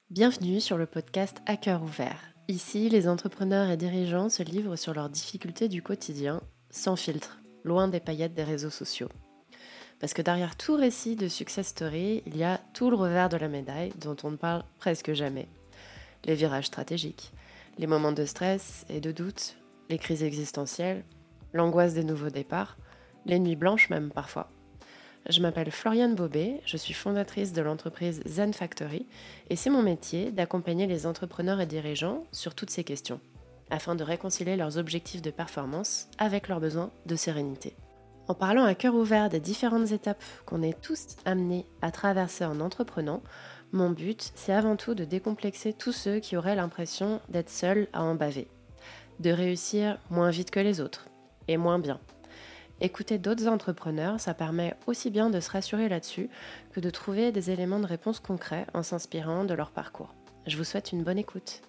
Bienvenue sur le podcast À cœur ouvert. Ici, les entrepreneurs et dirigeants se livrent sur leurs difficultés du quotidien, sans filtre, loin des paillettes des réseaux sociaux. Parce que derrière tout récit de success story, il y a tout le revers de la médaille dont on ne parle presque jamais. Les virages stratégiques, les moments de stress et de doute, les crises existentielles, l'angoisse des nouveaux départs, les nuits blanches même parfois. Je m'appelle Floriane Bobet, je suis fondatrice de l'entreprise Zen Factory et c'est mon métier d'accompagner les entrepreneurs et dirigeants sur toutes ces questions, afin de réconcilier leurs objectifs de performance avec leurs besoins de sérénité. En parlant à cœur ouvert des différentes étapes qu'on est tous amenés à traverser en entreprenant, mon but, c'est avant tout de décomplexer tous ceux qui auraient l'impression d'être seuls à en baver, de réussir moins vite que les autres, et moins bien. Écouter d'autres entrepreneurs, ça permet aussi bien de se rassurer là-dessus que de trouver des éléments de réponse concrets en s'inspirant de leur parcours. Je vous souhaite une bonne écoute.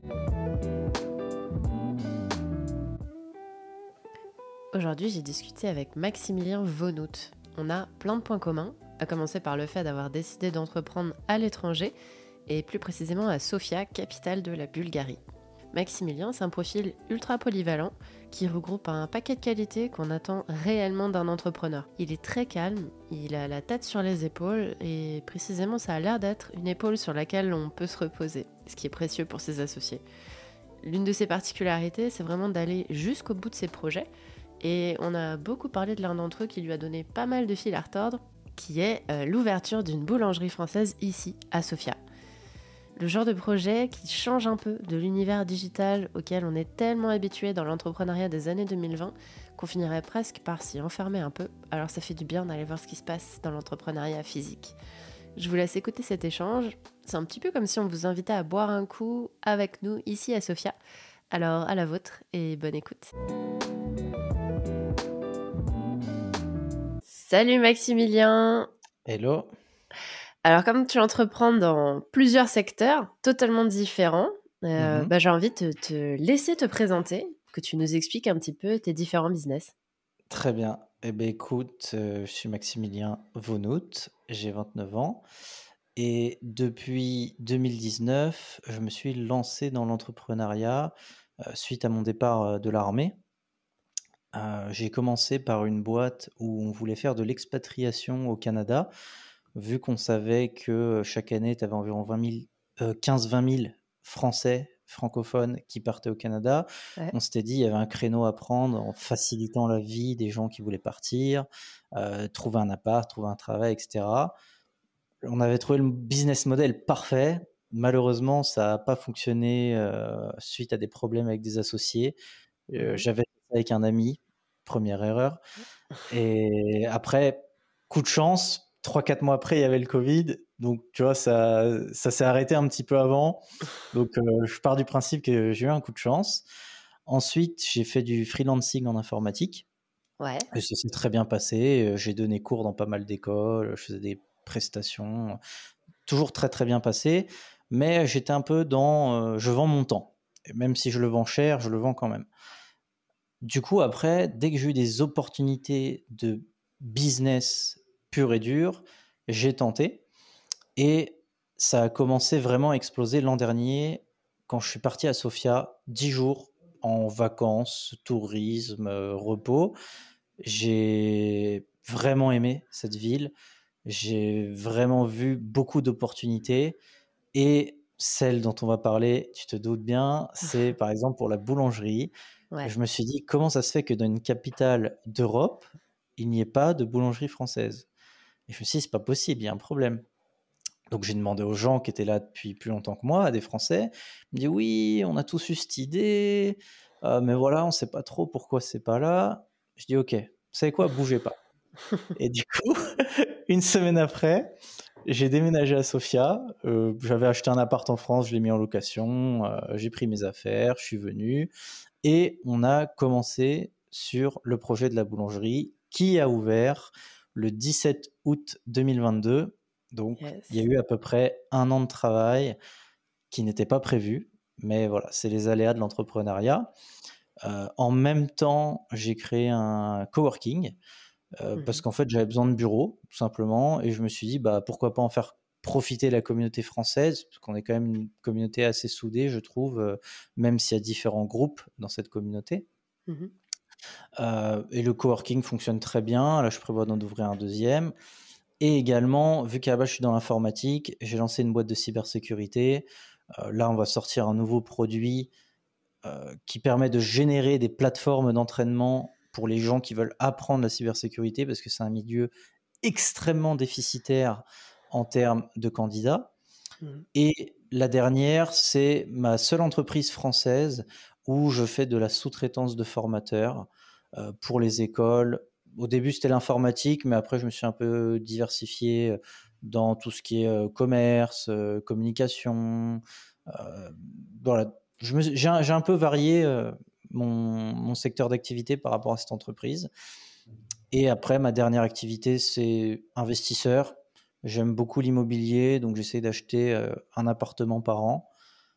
Aujourd'hui, j'ai discuté avec Maximilien Vonout. On a plein de points communs, à commencer par le fait d'avoir décidé d'entreprendre à l'étranger, et plus précisément à Sofia, capitale de la Bulgarie. Maximilien, c'est un profil ultra polyvalent qui regroupe un paquet de qualités qu'on attend réellement d'un entrepreneur. Il est très calme, il a la tête sur les épaules et précisément ça a l'air d'être une épaule sur laquelle on peut se reposer, ce qui est précieux pour ses associés. L'une de ses particularités, c'est vraiment d'aller jusqu'au bout de ses projets et on a beaucoup parlé de l'un d'entre eux qui lui a donné pas mal de fil à retordre, qui est l'ouverture d'une boulangerie française ici, à Sofia. Le genre de projet qui change un peu de l'univers digital auquel on est tellement habitué dans l'entrepreneuriat des années 2020 qu'on finirait presque par s'y enfermer un peu. Alors ça fait du bien d'aller voir ce qui se passe dans l'entrepreneuriat physique. Je vous laisse écouter cet échange. C'est un petit peu comme si on vous invitait à boire un coup avec nous ici à Sofia. Alors à la vôtre et bonne écoute. Salut Maximilien. Hello. Alors comme tu entreprends dans plusieurs secteurs totalement différents, j'ai envie de te laisser te présenter, que tu nous expliques un petit peu tes différents business. Très bien. Eh bien, écoute, je suis Maximilien Vonout, j'ai 29 ans et depuis 2019, je me suis lancé dans l'entrepreneuriat suite à mon départ de l'armée. J'ai commencé par une boîte où on voulait faire de l'expatriation au Canada, vu qu'on savait que chaque année, tu avais environ 15-20 000 Français francophones qui partaient au Canada. Ouais. On s'était dit, il y avait un créneau à prendre en facilitant la vie des gens qui voulaient partir, trouver un appart, trouver un travail, etc. On avait trouvé le business model parfait. Malheureusement, ça n'a pas fonctionné suite à des problèmes avec des associés. J'avais fait ça avec un ami, première erreur. Et après, coup de chance, 3-4 mois après, il y avait le Covid. Donc, tu vois, ça s'est arrêté un petit peu avant. Donc, je pars du principe que j'ai eu un coup de chance. Ensuite, j'ai fait du freelancing en informatique. Ouais. Et ça s'est très bien passé. J'ai donné cours dans pas mal d'écoles. Je faisais des prestations. Toujours très, très bien passé. Mais j'étais un peu dans je vends mon temps. Et même si je le vends cher, je le vends quand même. Du coup, après, dès que j'ai eu des opportunités de business pur et dur, j'ai tenté. Et ça a commencé vraiment à exploser l'an dernier quand je suis parti à Sofia 10 jours en vacances, tourisme, repos. J'ai vraiment aimé cette ville. J'ai vraiment vu beaucoup d'opportunités. Et celle dont on va parler, tu te doutes bien, c'est par exemple pour la boulangerie. Ouais. Je me suis dit, comment ça se fait que dans une capitale d'Europe, il n'y ait pas de boulangerie française? Et je me suis dit, c'est pas possible, il y a un problème. Donc j'ai demandé aux gens qui étaient là depuis plus longtemps que moi, à des Français. Ils me disent, oui, on a tous eu cette idée, mais voilà, on sait pas trop pourquoi c'est pas là. Je dis, ok, vous savez quoi, bougez pas. Et du coup, une semaine après, j'ai déménagé à Sofia. J'avais acheté un appart en France, je l'ai mis en location. J'ai pris mes affaires, je suis venu. Et on a commencé sur le projet de la boulangerie qui a ouvert le 17 août 2022. Donc, il y a Yes. eu à peu près un an de travail qui n'était pas prévu. Mais voilà, c'est les aléas de l'entrepreneuriat. En même temps, j'ai créé un coworking parce qu'en fait, j'avais besoin de bureaux, tout simplement. Et je me suis dit, bah, pourquoi pas en faire profiter de la communauté française, parce qu'on est quand même une communauté assez soudée, je trouve, même s'il y a différents groupes dans cette communauté. Mhm. Et le coworking fonctionne très bien. Là, je prévois d'en ouvrir un deuxième. Et également, vu qu'à la base, je suis dans l'informatique, j'ai lancé une boîte de cybersécurité. Là, on va sortir un nouveau produit qui permet de générer des plateformes d'entraînement pour les gens qui veulent apprendre la cybersécurité, parce que c'est un milieu extrêmement déficitaire en termes de candidats. Mhm. Et la dernière, c'est ma seule entreprise française où je fais de la sous-traitance de formateurs pour les écoles. Au début, c'était l'informatique, mais après, je me suis un peu diversifié dans tout ce qui est commerce, communication. euh, voilà. J'ai un peu varié mon secteur d'activité par rapport à cette entreprise. Et après, ma dernière activité, c'est investisseur. J'aime beaucoup l'immobilier, donc j'essaie d'acheter un appartement par an.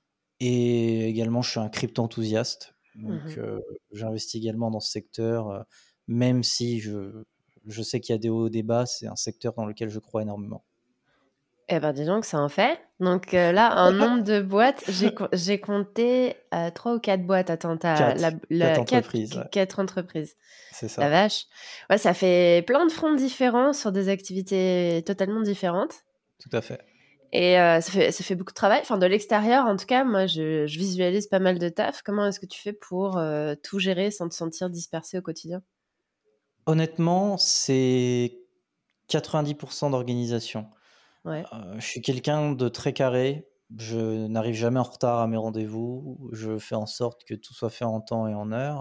Et également, je suis un crypto-enthousiaste. Donc, Mhm. j'investis également dans ce secteur, même si je sais qu'il y a des hauts et des bas, c'est un secteur dans lequel je crois énormément. Eh ben, dis donc, ça en fait. Donc là, un nombre de boîtes, j'ai compté 3 ou 4 boîtes. Attends, t'as Quatre entreprises, ouais, 4 entreprises. c'est La ça, vache. Ouais, ça fait plein de fronts différents sur des activités totalement différentes. tout à fait. Et ça fait beaucoup de travail. Enfin, de l'extérieur, en tout cas, moi, je visualise pas mal de taf. Comment est-ce que tu fais pour tout gérer sans te sentir dispersé au quotidien? Honnêtement, c'est 90% d'organisation. Ouais. Je suis quelqu'un de très carré. Je n'arrive jamais en retard à mes rendez-vous. Je fais en sorte que tout soit fait en temps et en heure.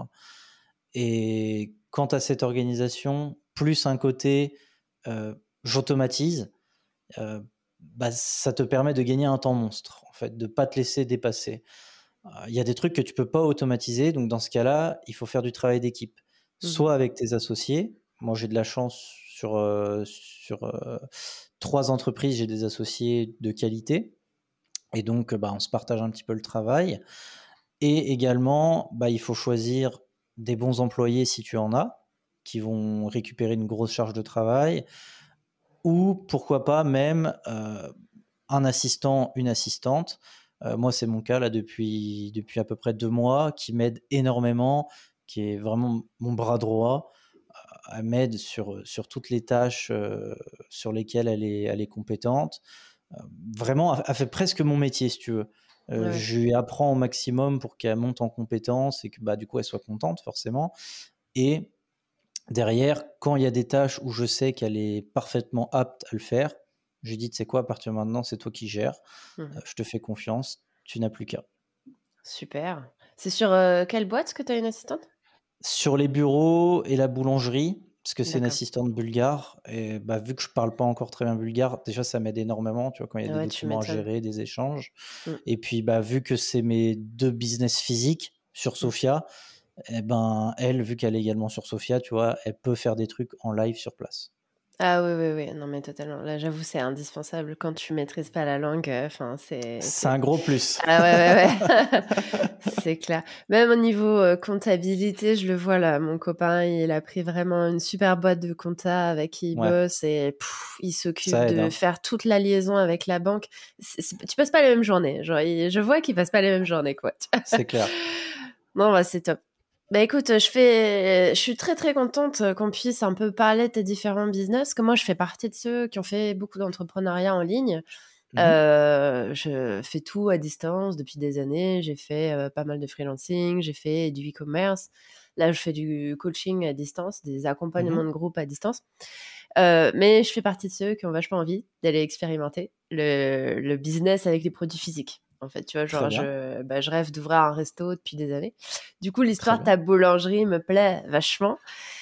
Et quant à cette organisation, plus un côté j'automatise, bah, ça te permet de gagner un temps monstre, en fait, de ne pas te laisser dépasser. Il y a des trucs que tu peux pas automatiser, donc dans ce cas-là, il faut faire du travail d'équipe. Mhm. Soit avec tes associés. Moi, j'ai de la chance sur 3 entreprises, j'ai des associés de qualité. Et donc, bah, on se partage un petit peu le travail. Et également, bah, il faut choisir des bons employés si tu en as, qui vont récupérer une grosse charge de travail. Ou pourquoi pas même un assistant, une assistante. Moi, c'est mon cas là depuis à peu près 2 mois, qui m'aide énormément, qui est vraiment mon bras droit. Elle m'aide sur toutes les tâches sur lesquelles elle est compétente. Vraiment, elle fait presque mon métier, si tu veux. Ouais. Je lui apprends au maximum pour qu'elle monte en compétence et que bah, du coup, elle soit contente, forcément. Et derrière, quand il y a des tâches où je sais qu'elle est parfaitement apte à le faire, je lui dis, tu sais quoi, à partir de maintenant, c'est toi qui gères. Mhm. Je te fais confiance, tu n'as plus qu'à. Super. C'est sur quelle boîte que tu as une assistante? Sur les bureaux et la boulangerie, parce que c'est une D'accord. assistante bulgare, et bah, vu que je parle pas encore très bien bulgare, déjà ça m'aide énormément, tu vois, quand il y a Ah des ouais, tu documents à m'étonnes. gérer, des échanges. Mm. Et puis bah, vu que c'est mes 2 business physiques sur Mm. Sofia, eh ben, elle, vu qu'elle est également sur Sofia, tu vois, elle peut faire des trucs en live sur place. Ah oui, oui, oui. Non, mais totalement. Là, j'avoue, c'est indispensable quand tu maîtrises pas la langue. Enfin, C'est un gros plus. Ah ouais, ouais, ouais. C'est clair. Même au niveau comptabilité, je le vois là. Mon copain, il a pris vraiment une super boîte de compta avec qui il Ouais, bosse et il s'occupe ça aide, de hein. faire toute la liaison avec la banque. Tu passes pas les mêmes journées. Genre, je vois qu'il passe pas les mêmes journées, quoi. C'est clair. Non, bah, c'est top. Bah écoute, je suis très très contente qu'on puisse un peu parler de tes différents business, parce que moi je fais partie de ceux qui ont fait beaucoup d'entrepreneuriat en ligne. Mhm. Je fais tout à distance depuis des années. J'ai fait pas mal de freelancing, j'ai fait du e-commerce. Là, je fais du coaching à distance, des accompagnements de Mhm. groupe à distance. Mais je fais partie de ceux qui ont vachement envie d'aller expérimenter le business avec les produits physiques. En fait, tu vois, Très genre, bien, je rêve d'ouvrir un resto depuis des années. Du coup, très l'histoire de bien. ta boulangerie me plaît vachement.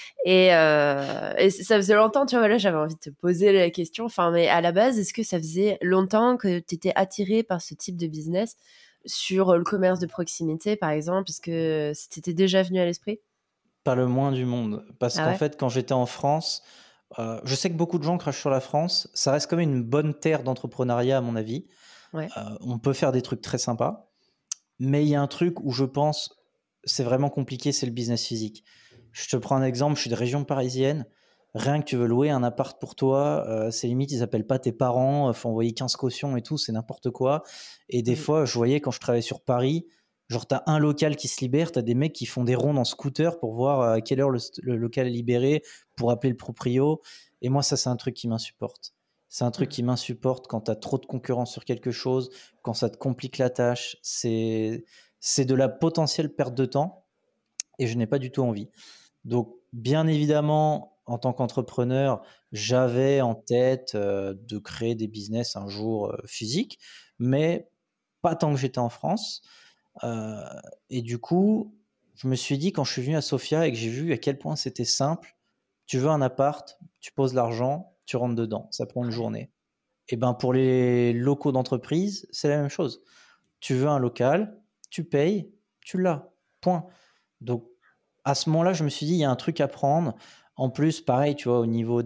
Et ça faisait longtemps, tu vois, là, j'avais envie de te poser la question. Enfin, mais à la base, est-ce que ça faisait longtemps que tu étais attiré par ce type de business sur le commerce de proximité, par exemple? Est-ce que c'était déjà venu à l'esprit? Pas le moins du monde. Parce Ah qu'en ouais? fait, quand j'étais en France, je sais que beaucoup de gens crachent sur la France. Ça reste quand même une bonne terre d'entrepreneuriat, à mon avis. Ouais. On peut faire des trucs très sympas. Mais il y a un truc où je pense c'est vraiment compliqué, c'est le business physique. Je te prends un exemple, je suis de région parisienne. Rien que tu veux louer un appart pour toi, c'est limite, ils appellent pas tes parents, faut envoyer 15 cautions et tout, c'est n'importe quoi. Et des fois, je voyais quand je travaillais sur Paris, genre t'as un local qui se libère, t'as des mecs qui font des rondes en scooter pour voir à quelle heure le local est libéré, pour appeler le proprio. Et moi, ça, c'est un truc qui m'insupporte. C'est un truc qui m'insupporte quand t'as trop de concurrence sur quelque chose, quand ça te complique la tâche. C'est de la potentielle perte de temps et je n'ai pas du tout envie. Donc, bien évidemment, en tant qu'entrepreneur, j'avais en tête de créer des business un jour physiques, mais pas tant que j'étais en France. Euh, et du coup, je me suis dit, quand je suis venu à Sofia et que j'ai vu à quel point c'était simple, tu veux un appart, tu poses l'argent, tu rentres dedans, ça prend une journée. Et ben pour les locaux d'entreprise, c'est la même chose. Tu veux un local, tu payes, tu l'as. Point. Donc à ce moment-là, je me suis dit, il y a un truc à prendre. En plus, pareil, tu vois, au niveau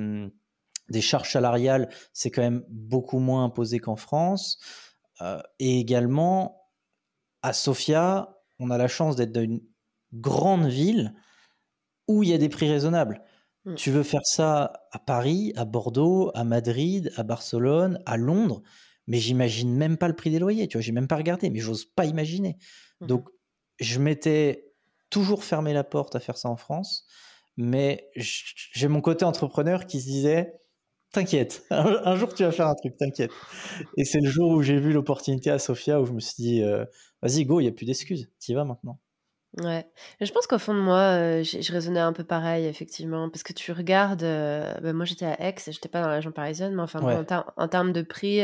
des charges salariales, c'est quand même beaucoup moins imposé qu'en France. Et également, à Sofia, on a la chance d'être dans une grande ville où il y a des prix raisonnables. Tu veux faire ça à Paris, à Bordeaux, à Madrid, à Barcelone, à Londres, mais j'imagine même pas le prix des loyers, tu vois, j'ai même pas regardé, mais j'ose pas imaginer. Donc, je m'étais toujours fermé la porte à faire ça en France, mais j'ai mon côté entrepreneur qui se disait, t'inquiète, un jour tu vas faire un truc, t'inquiète. Et c'est le jour où j'ai vu l'opportunité à Sofia où je me suis dit, vas-y, go, il n'y a plus d'excuses, t'y vas maintenant. Ouais. Mais je pense qu'au fond de moi, je raisonnais un peu pareil, effectivement. Parce que tu regardes, moi j'étais à Aix, j'étais pas dans la région parisienne, mais enfin bon, Ouais, en termes de prix,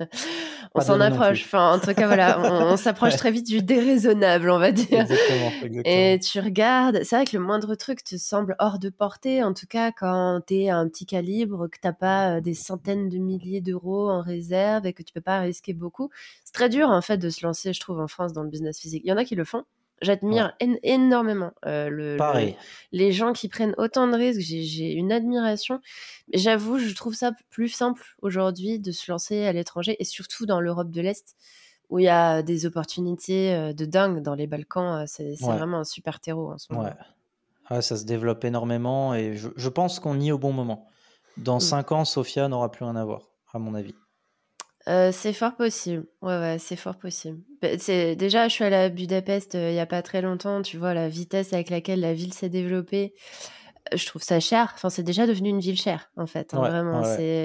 on pas s'en donné non approche. plus. Enfin, en tout cas, voilà, on s'approche Ouais, très vite du déraisonnable, on va dire. exactement, Et exactement. tu regardes, c'est vrai que le moindre truc te semble hors de portée, en tout cas quand t'es un petit calibre, que t'as pas des centaines de milliers d'euros en réserve et que tu peux pas risquer beaucoup. C'est très dur, en fait, de se lancer, je trouve, en France dans le business physique. Il y en a qui le font. Ouais, J'admire énormément pareil. les gens qui prennent autant de risques. J'ai une admiration. Mais j'avoue, je trouve ça plus simple aujourd'hui de se lancer à l'étranger et surtout dans l'Europe de l'Est où il y a des opportunités de dingue dans les Balkans. C'est Ouais, vraiment un super terreau en ce ouais. moment. Ouais, ça se développe énormément et je pense qu'on y est au bon moment. Dans Mm. 5 ans, Sofia n'aura plus rien à voir, à mon avis. C'est fort possible. Ouais, ouais, c'est fort possible. Déjà, je suis allée à Budapest il y a pas très longtemps. Tu vois la vitesse avec laquelle la ville s'est développée. Je trouve ça cher. Enfin, c'est déjà devenu une ville chère, en fait, hein, Ouais, vraiment. ouais, ouais.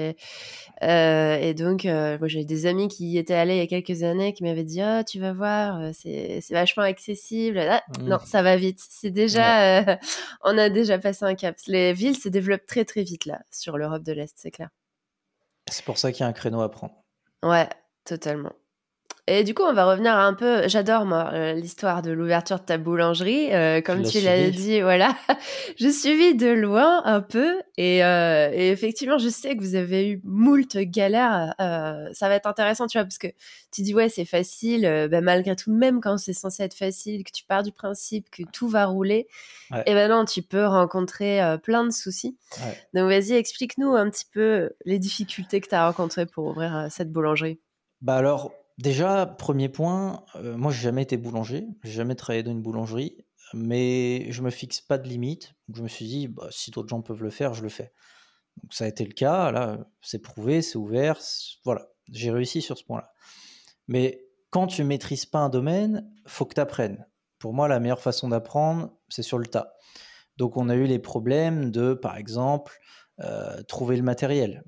Et donc, moi, j'ai des amis qui y étaient allés il y a quelques années qui m'avaient dit, oh, tu vas voir, c'est vachement accessible. Ah, Mm, non, ça va vite. C'est ouais. déjà, on a déjà passé un cap. Les villes se développent très très vite là sur l'Europe de l'Est, c'est clair. C'est pour ça qu'il y a un créneau à prendre. Ouais, totalement. Et du coup, on va revenir un peu. J'adore, moi, l'histoire de l'ouverture de ta boulangerie. Tu Comme l'as tu l'as suivi? dit, voilà. Je suivis de loin un peu. Et effectivement, je sais que vous avez eu moult galères. Ça va être intéressant, tu vois, parce que tu dis, ouais, c'est facile. Bah, malgré tout, même quand c'est censé être facile, que tu pars du principe que tout va rouler, Ouais, et ben non, tu peux rencontrer plein de soucis. ouais. Donc, vas-y, explique-nous un petit peu les difficultés que tu as rencontrées pour ouvrir cette boulangerie. Bah alors, déjà, premier point, moi j'ai jamais été boulanger, j'ai jamais travaillé dans une boulangerie, mais je me fixe pas de limite. Donc je me suis dit, bah, si d'autres gens peuvent le faire, je le fais. Donc ça a été le cas, là, c'est prouvé, c'est ouvert, voilà, j'ai réussi sur ce point-là. Mais quand tu maîtrises pas un domaine, faut que tu apprennes. Pour moi, la meilleure façon d'apprendre, c'est sur le tas. Donc on a eu les problèmes de, par exemple, trouver le matériel.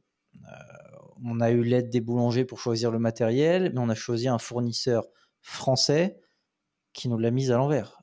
On a eu l'aide des boulangers pour choisir le matériel, mais on a choisi un fournisseur français qui nous l'a mise à l'envers.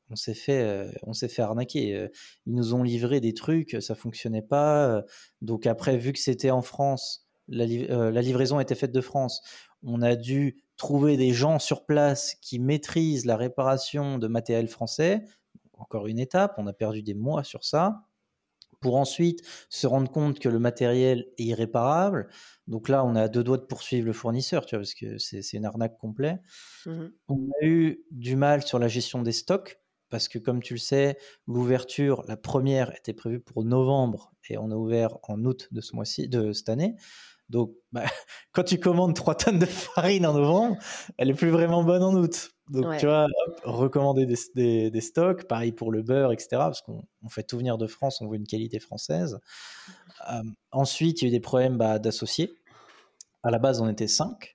On s'est fait arnaquer. Ils nous ont livré des trucs, ça fonctionnait pas. Donc après, vu que c'était en France, la livraison était faite de France, on a dû trouver des gens sur place qui maîtrisent la réparation de matériel français. Encore une étape, on a perdu des mois sur ça pour ensuite se rendre compte que le matériel est irréparable. Donc là, on est à deux doigts de poursuivre le fournisseur, tu vois, parce que c'est une arnaque complète. Mhm. On a eu du mal sur la gestion des stocks, parce que comme tu le sais, l'ouverture, la première, était prévue pour novembre, et on a ouvert en août de ce mois-ci, de cette année. Donc, bah, quand tu commandes 3 tonnes de farine en novembre, elle est plus vraiment bonne en août. Donc, tu Ouais. vois, hop, recommander des stocks, pareil pour le beurre, etc. Parce qu'on fait tout venir de France, on veut une qualité française. Ensuite, il y a eu des problèmes d'associés. À la base, on était 5.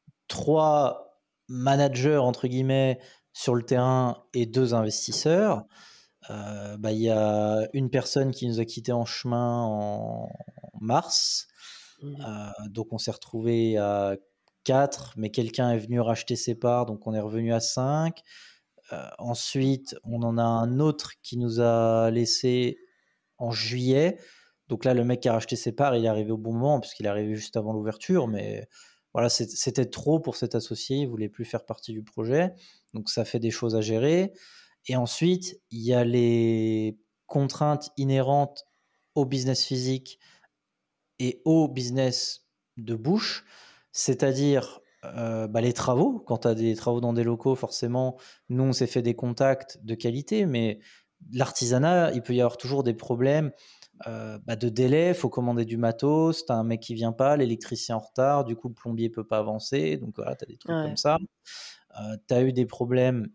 3 managers, entre guillemets, sur le terrain et 2 investisseurs. Il y a une personne qui nous a quittés en chemin en mars. Donc on s'est retrouvé à 4, mais quelqu'un est venu racheter ses parts, donc on est revenu à 5. Ensuite, on en a un autre qui nous a laissé en juillet. Donc là, le mec qui a racheté ses parts, il est arrivé au bon moment, parce qu'il est arrivé juste avant l'ouverture, mais voilà, c'était trop pour cet associé, il voulait plus faire partie du projet. Donc ça fait des choses à gérer. Et ensuite, il y a les contraintes inhérentes au business physique et au business de bouche, c'est-à-dire les travaux. Quand tu as des travaux dans des locaux, forcément, nous, on s'est fait des contacts de qualité, mais l'artisanat, il peut y avoir toujours des problèmes de délai. Il faut commander du matos, tu as un mec qui vient pas, l'électricien en retard, du coup, le plombier peut pas avancer. Donc voilà, tu as des trucs comme ça. Tu as eu des problèmes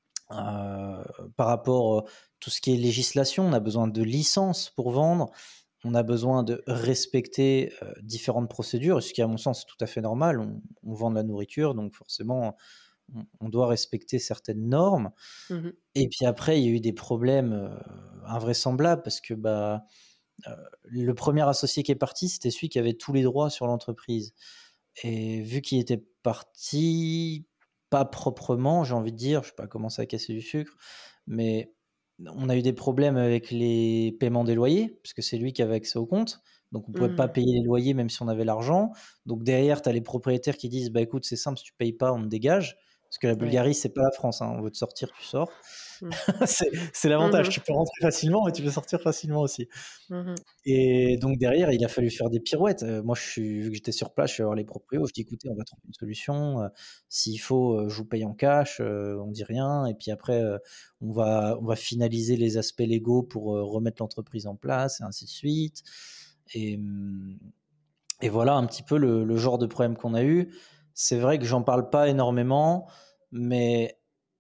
par rapport à tout ce qui est législation. On a besoin de licences pour vendre. On a besoin de respecter différentes procédures, ce qui, à mon sens, est tout à fait normal. On vend de la nourriture, donc forcément, on doit respecter certaines normes. Et puis après, il y a eu des problèmes invraisemblables parce que le premier associé qui est parti, c'était celui qui avait tous les droits sur l'entreprise. Et vu qu'il était parti, pas proprement, j'ai envie de dire, je sais pas comment ça a cassé du sucre, mais on a eu des problèmes avec les paiements des loyers, parce que c'est lui qui avait accès au compte. Donc on ne pouvait pas payer les loyers même si on avait l'argent. Donc derrière, tu as les propriétaires qui disent écoute, c'est simple, si tu ne payes pas, on te dégage. Parce que la Bulgarie, c'est pas la France. On veut te sortir, tu sors. C'est l'avantage. Tu peux rentrer facilement, mais tu peux sortir facilement aussi. Et donc derrière, il a fallu faire des pirouettes. Moi, vu que j'étais sur place, je suis voir les proprios. Je dis écoutez, on va trouver une solution. S'il faut, je vous paye en cash. On dit rien. Et puis après, on va finaliser les aspects légaux pour remettre l'entreprise en place, et ainsi de suite. Et voilà un petit peu le genre de problème qu'on a eu. C'est vrai que j'en parle pas énormément, mais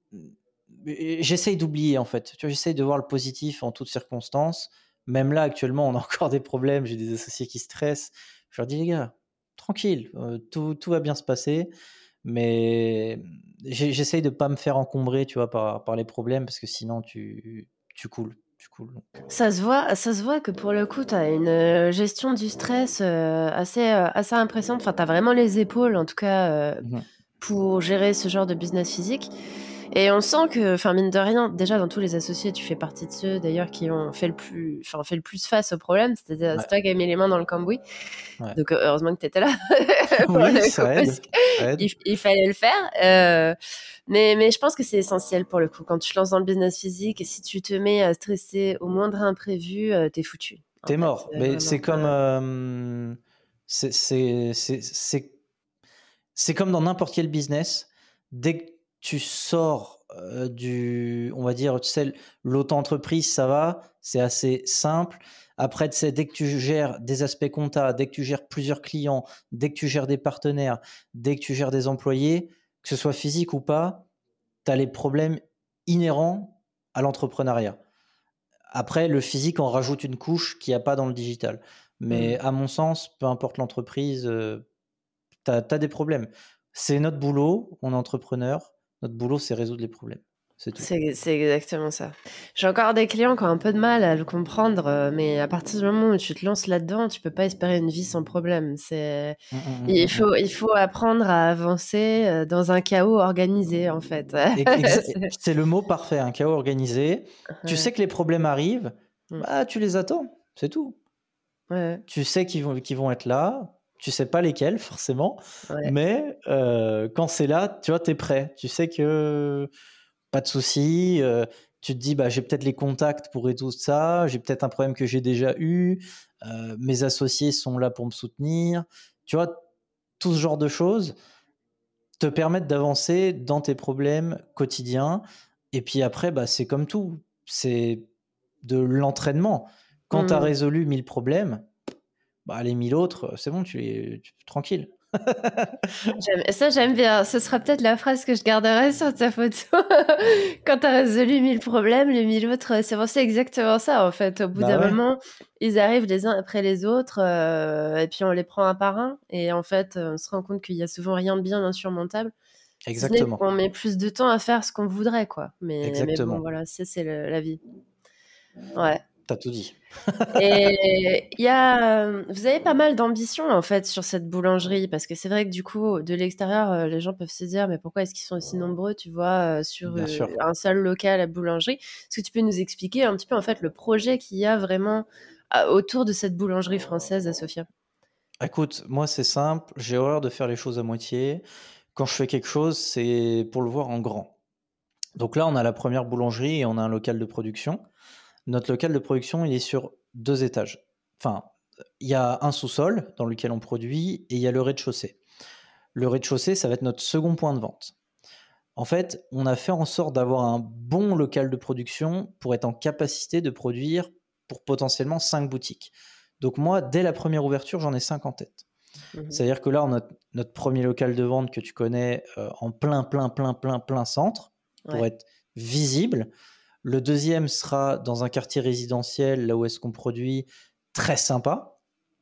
j'essaye d'oublier en fait. Tu vois, j'essaye de voir le positif en toutes circonstances. Même là, actuellement, on a encore des problèmes. J'ai des associés qui stressent. Je leur dis, les gars, tranquille, tout va bien se passer. Mais j'essaye de ne pas me faire encombrer, tu vois, par les problèmes, parce que sinon, tu coules. Ça se voit que pour le coup, tu as une gestion du stress assez impressionnante. Enfin, tu as vraiment les épaules, en tout cas, pour gérer ce genre de business physique. Et on sent que, enfin, mine de rien, déjà dans tous les associés, tu fais partie de ceux d'ailleurs qui ont fait le plus face au problème. C'est toi qui as mis les mains dans le cambouis. Ouais. Donc heureusement que tu étais là. Oui, ça aide. Il fallait le faire. Mais je pense que c'est essentiel pour le coup. Quand tu te lances dans le business physique et si tu te mets à stresser au moindre imprévu, t'es foutu. T'es mort. Mais c'est comme c'est comme dans n'importe quel business. Dès que tu sors on va dire, tu sais, l'auto-entreprise, ça va, c'est assez simple. Après, tu sais, dès que tu gères des aspects comptables, dès que tu gères plusieurs clients, dès que tu gères des partenaires, dès que tu gères des employés, que ce soit physique ou pas, tu as les problèmes inhérents à l'entrepreneuriat. Après, le physique en rajoute une couche qu'il n'y a pas dans le digital. Mais à mon sens, peu importe l'entreprise, tu as des problèmes. C'est notre boulot, on est entrepreneur. Notre boulot, c'est résoudre les problèmes. C'est tout. C'est exactement ça. J'ai encore des clients qui ont un peu de mal à le comprendre, mais à partir du moment où tu te lances là-dedans, tu peux pas espérer une vie sans problème. Il faut apprendre à avancer dans un chaos organisé, en fait. C'est le mot parfait, un chaos organisé. Ouais. Tu sais que les problèmes arrivent, tu les attends, c'est tout. Ouais. Tu sais qu'ils vont être là. Tu sais pas lesquels forcément, mais quand c'est là, tu vois, t'es prêt. Tu sais que pas de souci. Tu te dis, j'ai peut-être les contacts pour résoudre ça. J'ai peut-être un problème que j'ai déjà eu. Mes associés sont là pour me soutenir. Tu vois, tout ce genre de choses te permettent d'avancer dans tes problèmes quotidiens. Et puis après, c'est comme tout. C'est de l'entraînement. Quand tu as résolu 1000 problèmes, les 1000 autres, c'est bon, tu es tranquille. Ça, j'aime bien. Ce sera peut-être la phrase que je garderai sur ta photo. Quand tu as résolu 1000 problèmes, les 1000 autres, c'est bon, c'est exactement ça, en fait. Au bout Bah d'un ouais, moment, ils arrivent les uns après les autres, et puis on les prend un par un. Et en fait, on se rend compte qu'il y a souvent rien de bien insurmontable. Si ce n'est exactement, qu'on met plus de temps à faire ce qu'on voudrait, quoi. Mais bon, exactement. voilà, ça, c'est la vie. Ouais. T'as tout dit. Et vous avez pas mal d'ambition en fait sur cette boulangerie parce que c'est vrai que du coup de l'extérieur les gens peuvent se dire mais pourquoi est-ce qu'ils sont aussi nombreux tu vois sur Bien sûr. un seul local à boulangerie. Est-ce que tu peux nous expliquer un petit peu en fait le projet qu'il y a vraiment autour de cette boulangerie française à Sofia? Écoute, moi c'est simple, j'ai horreur de faire les choses à moitié. Quand je fais quelque chose, c'est pour le voir en grand. Donc là, on a la première boulangerie et on a un local de production. Notre local de production, il est sur 2 étages. Enfin, il y a un sous-sol dans lequel on produit et il y a le rez-de-chaussée. Le rez-de-chaussée, ça va être notre second point de vente. En fait, on a fait en sorte d'avoir un bon local de production pour être en capacité de produire pour potentiellement 5 boutiques. Donc moi, dès la première ouverture, j'en ai 5 en tête. Mhm. C'est-à-dire que là, on a notre premier local de vente que tu connais en plein centre pour Ouais. être visible. Le deuxième sera dans un quartier résidentiel, là où est-ce qu'on produit, très sympa.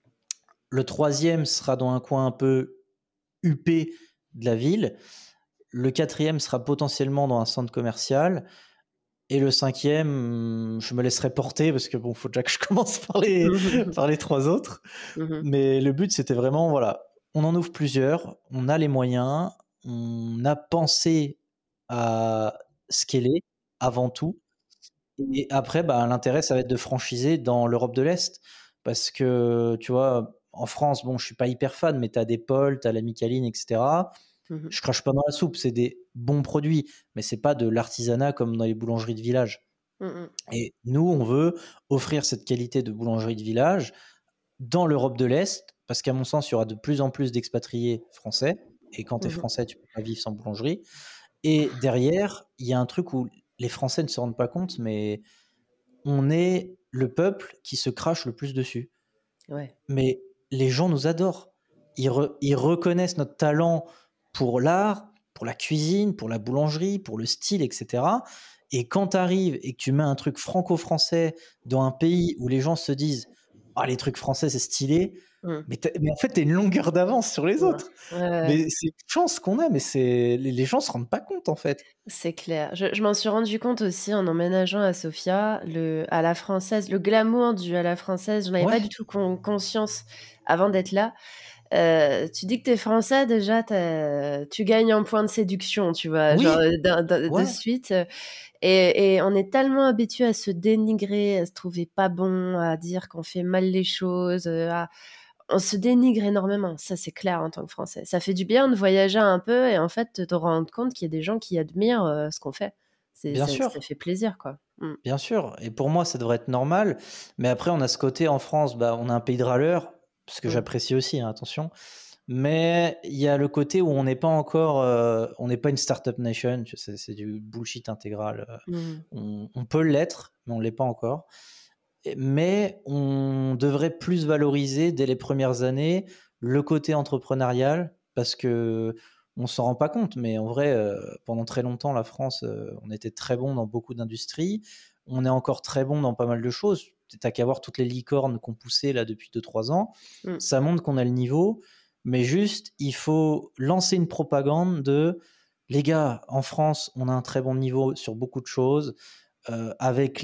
Le troisième sera dans un coin un peu huppé de la ville. Le quatrième sera potentiellement dans un centre commercial. Et le cinquième, je me laisserai porter parce que bon, faut déjà que je commence par les trois autres. Mhm. Mais le but, c'était vraiment, voilà, on en ouvre plusieurs, on a les moyens, on a pensé à scaler avant tout. Et après, bah, l'intérêt, ça va être de franchiser dans l'Europe de l'Est. Parce que, tu vois, en France, bon, je suis pas hyper fan, mais tu as des Paul, tu as la Micaline, etc. Mhm. Je crache pas dans la soupe, c'est des bons produits, mais c'est pas de l'artisanat comme dans les boulangeries de village. Mhm. Et nous, on veut offrir cette qualité de boulangerie de village dans l'Europe de l'Est, parce qu'à mon sens, il y aura de plus en plus d'expatriés français. Et quand tu es Mhm. français, tu peux pas vivre sans boulangerie. Et derrière, il y a un truc où les Français ne se rendent pas compte, mais on est le peuple qui se crache le plus dessus. Ouais. Mais les gens nous adorent. Ils reconnaissent notre talent pour l'art, pour la cuisine, pour la boulangerie, pour le style, etc. Et quand tu arrives et que tu mets un truc franco-français dans un pays où les gens se disent ah, les trucs français, c'est stylé, Mhm. mais en fait, tu as une longueur d'avance sur les Ouais. autres. Ouais, ouais. Mais c'est une chance qu'on a, mais les gens se rendent pas compte, en fait. C'est clair. Je m'en suis rendu compte aussi en emménageant à Sofia, à la française, le glamour du à la française, j'en avais pas Ouais, du tout conscience avant d'être là. Tu dis que tu es français, déjà, tu gagnes en point de séduction, tu vois, genre oui, de ouais, suite. Et on est tellement habitué à se dénigrer, à se trouver pas bon, à dire qu'on fait mal les choses, on se dénigre énormément, ça c'est clair en tant que Français. Ça fait du bien de voyager un peu et en fait de te rendre compte qu'il y a des gens qui admirent ce qu'on fait. bien Ça sûr. fait plaisir, quoi. Mm. Bien sûr, et pour moi, ça devrait être normal. Mais après, on a ce côté en France, bah, on a un pays de râleurs, ce que Mm. j'apprécie aussi, hein, attention. Mais il y a le côté où on n'est pas encore, on n'est pas une startup nation, c'est du bullshit intégral. Mm. On peut l'être, mais on ne l'est pas encore. Mais on devrait plus valoriser dès les premières années le côté entrepreneurial, parce que on s'en rend pas compte, mais en vrai, pendant très longtemps, la France, on était très bon dans beaucoup d'industries. On est encore très bon dans pas mal de choses. T'as qu'à voir toutes les licornes qu'on poussait là depuis 2 3 ans. Mm. Ça montre qu'on a le niveau, mais juste, il faut lancer une propagande de les gars, en France, on a un très bon niveau sur beaucoup de choses, avec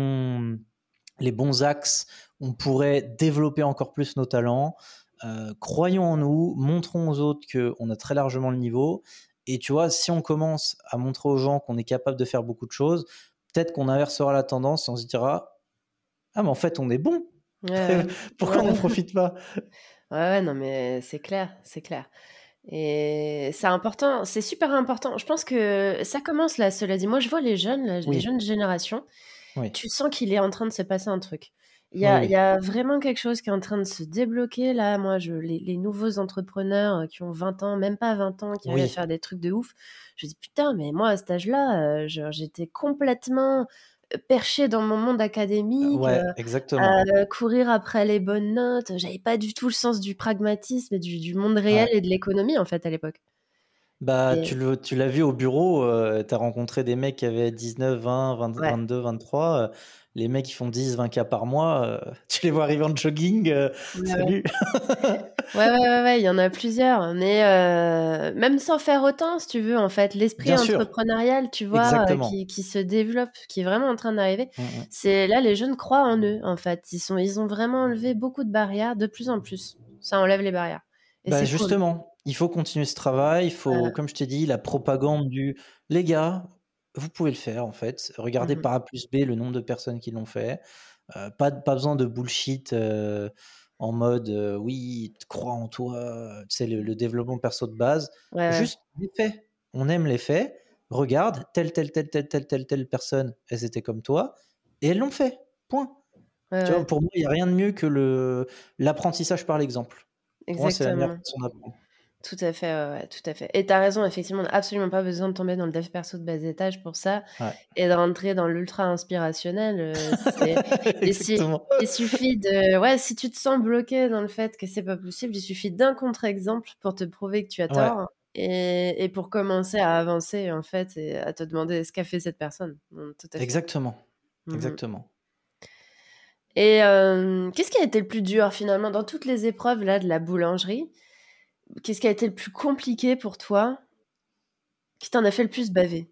les bons axes, on pourrait développer encore plus nos talents. Croyons en nous, montrons aux autres qu'on a très largement le niveau. Et tu vois, si on commence à montrer aux gens qu'on est capable de faire beaucoup de choses, peut-être qu'on inversera la tendance et on se dira ah, mais en fait, on est bon. Ouais, ouais, Pourquoi on n'en profite pas? ouais, ouais, non, mais c'est clair, c'est clair. Et c'est important, c'est super important. Je pense que ça commence là, cela dit. Moi, je vois les jeunes, là, les Oui, jeunes générations. oui, Tu sens qu'il est en train de se passer un truc. oui, Il y oui, a vraiment quelque chose qui est en train de se débloquer là. Moi, les nouveaux entrepreneurs qui ont 20 ans, même pas 20 ans, qui arrivent à oui, faire des trucs de ouf. Je dis putain, mais moi à cet âge-là, genre, j'étais complètement perché dans mon monde académique, Ouais, exactement. courir après les bonnes notes. J'avais pas du tout le sens du pragmatisme et du monde réel Ouais. et de l'économie, en fait, à l'époque. Bah, Et tu l'as vu au bureau, tu as rencontré des mecs qui avaient 19, 20, 20, ouais. 22, 23. Les mecs qui font 10, 20 K par mois, tu les vois arriver en jogging, Ouais, ouais. salut. Il y en a plusieurs, mais même sans faire autant, si tu veux, en fait, l'esprit Bien sûr, entrepreneurial, tu vois, exactement. qui se développe, qui est vraiment en train d'arriver, Mm, mm. c'est là, les jeunes croient en eux, en fait. Ils ont vraiment enlevé beaucoup de barrières, de plus en plus. Ça enlève les barrières et Bah, c'est cool. justement, il faut continuer ce travail, il faut, Voilà. comme je t'ai dit, la propagande du les gars, vous pouvez le faire en fait. Regardez Mmh. par A plus B le nombre de personnes qui l'ont fait. Pas besoin de bullshit, en mode, oui, crois en toi, tu sais le développement perso de base. Ouais, ouais. Juste les faits. On aime les faits. Regarde, telle personne, elles étaient comme toi et elles l'ont fait. Point. Ouais, Tu vois? ouais. Pour moi, il y a rien de mieux que l'apprentissage par l'exemple. Pour moi, c'est la meilleure Exactement. façon d'apprendre. Tout à fait, ouais, ouais, tout à fait et tu as raison, effectivement, on a absolument pas besoin de tomber dans le dev perso de bas étage pour ça Ouais. et de rentrer dans l'ultra inspirationnel, c'est Exactement. il suffit de ouais, si tu te sens bloqué dans le fait que c'est pas possible, il suffit d'un contre-exemple pour te prouver que tu as Ouais, tort et pour commencer à avancer, en fait et à te demander: «Ce qu'a fait cette personne?» Tout à fait. exactement, Mmh. exactement. Et qu'est-ce qui a été le plus dur, finalement, dans toutes les épreuves, là, de la boulangerie? Qu'est-ce qui a été le plus compliqué pour toi? Qui t'en a fait le plus baver?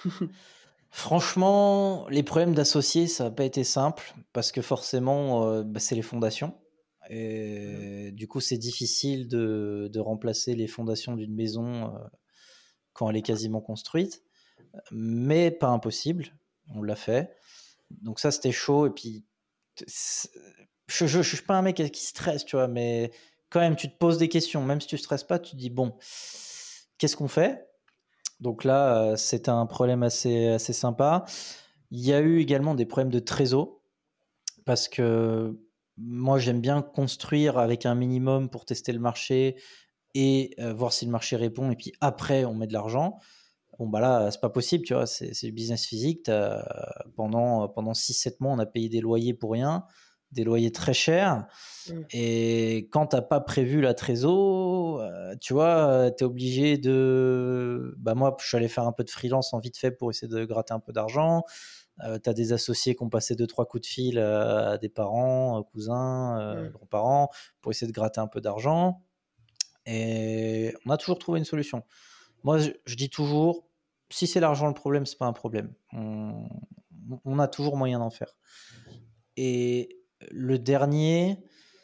Franchement, les problèmes d'associés, ça a pas été simple parce que forcément, bah, c'est les fondations Mmh. et du coup, c'est difficile de remplacer les fondations d'une maison, quand elle est quasiment construite, mais pas impossible. On l'a fait. Donc ça, c'était chaud et puis t c je suis pas un mec qui stresse, tu vois? Mais quand même, tu te poses des questions. Même si tu stresses pas, tu te dis: «Bon, qu'est-ce qu'on fait?» Donc là, c'était un problème assez sympa. Il y a eu également des problèmes de trésor parce que moi, j'aime bien construire avec un minimum pour tester le marché et voir si le marché répond et puis après on met de l'argent. Bon, bah, là, c'est pas possible, tu vois? C'est du business physique. Pendant 6-7 mois, on a payé des loyers pour rien, des loyers très chers Mmh. et quand tu as pas prévu la trésor, tu vois, tu es obligé de bah, moi, je suis allé faire un peu de freelance en vite fait pour essayer de gratter un peu d'argent. Tu as des associés qui ont passé 2-3 coups de fil, à des parents, cousins, Mmh. grands-parents pour essayer de gratter un peu d'argent et on a toujours trouvé une solution. Moi, je dis toujours: «Si c'est l'argent le problème, c'est pas un problème. On a toujours moyen d'en faire» et le dernier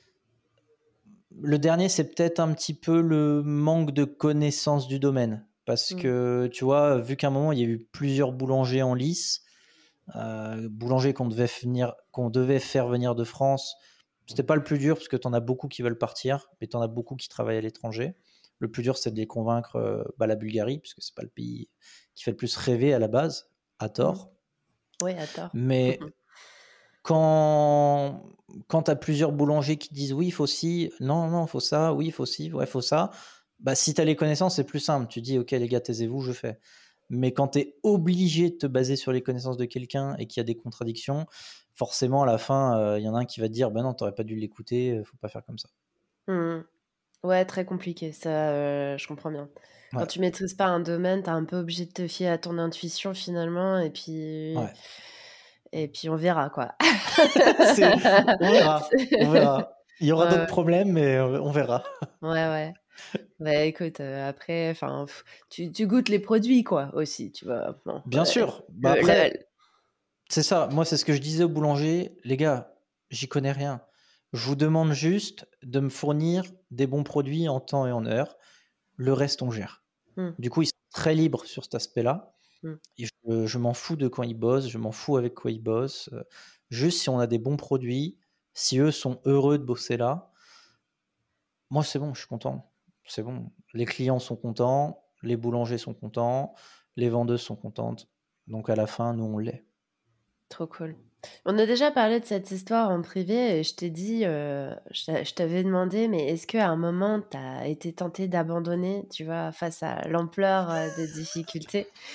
le dernier, c'est peut-être un petit peu le manque de connaissance du domaine. Parce Mmh. que, tu vois, vu qu'à un moment, il y a eu plusieurs boulangers en lice, boulangers qu'on devait faire venir de France. C'était pas le plus dur parce que tu en as beaucoup qui veulent partir, mais tu en as beaucoup qui travaillent à l'étranger. Le plus dur, c'est de les convaincre, bah, la Bulgarie, puisque c'est pas le pays qui fait le plus rêver à la base, à Mmh. tort. Oui, à tort. Mais quand quand tu as plusieurs boulangers qui disent: «Oui, il faut ci, non, non, il faut ça, oui, il faut ci, ouais, il faut ça», bah, si tu as les connaissances, c'est plus simple. Tu dis: «OK les gars, taisez-vous, je fais». Mais quand tu es obligé de te baser sur les connaissances de quelqu'un et qu'il y a des contradictions, forcément à la fin, il y en a un qui va te dire: «Bah non, tu aurais pas dû l'écouter, faut pas faire comme ça». Mmh. Ouais, très compliqué, ça, je comprends bien. Quand Ouais, tu maîtrises pas un domaine, tu es un peu obligé de te fier à ton intuition finalement ouais. et puis on verra quoi. C'est on verra, on C'est verra. Il y aura ouais, d'autres ouais, problèmes, mais on verra. ouais, ouais. Bah, écoute, après enfin, tu goûtes les produits quoi aussi, tu vois? Bon, Bien sûr, bah, le après c'est ça, moi, c'est ce que je disais au boulanger: «Les gars, j'y connais rien. Je vous demande juste de me fournir des bons produits en temps et en heure. Le reste, on gère». mmh, Du coup, ils sont très libres sur cet aspect-là mmh. et je m'en fous de quand ils bossent, je m'en fous avec quoi ils bossent, juste si on a des bons produits, si eux sont heureux de bosser là, moi, c'est bon, je suis content. C'est bon. Les clients sont contents, les boulangers sont contents, les vendeuses sont contentes, donc à la fin, nous, on l'est. Trop cool. On a déjà parlé de cette histoire en privé et je t'ai dit, je t'avais demandé, mais est-ce qu'à un moment, tu as été tentée d'abandonner, tu vois, face à l'ampleur, des difficultés?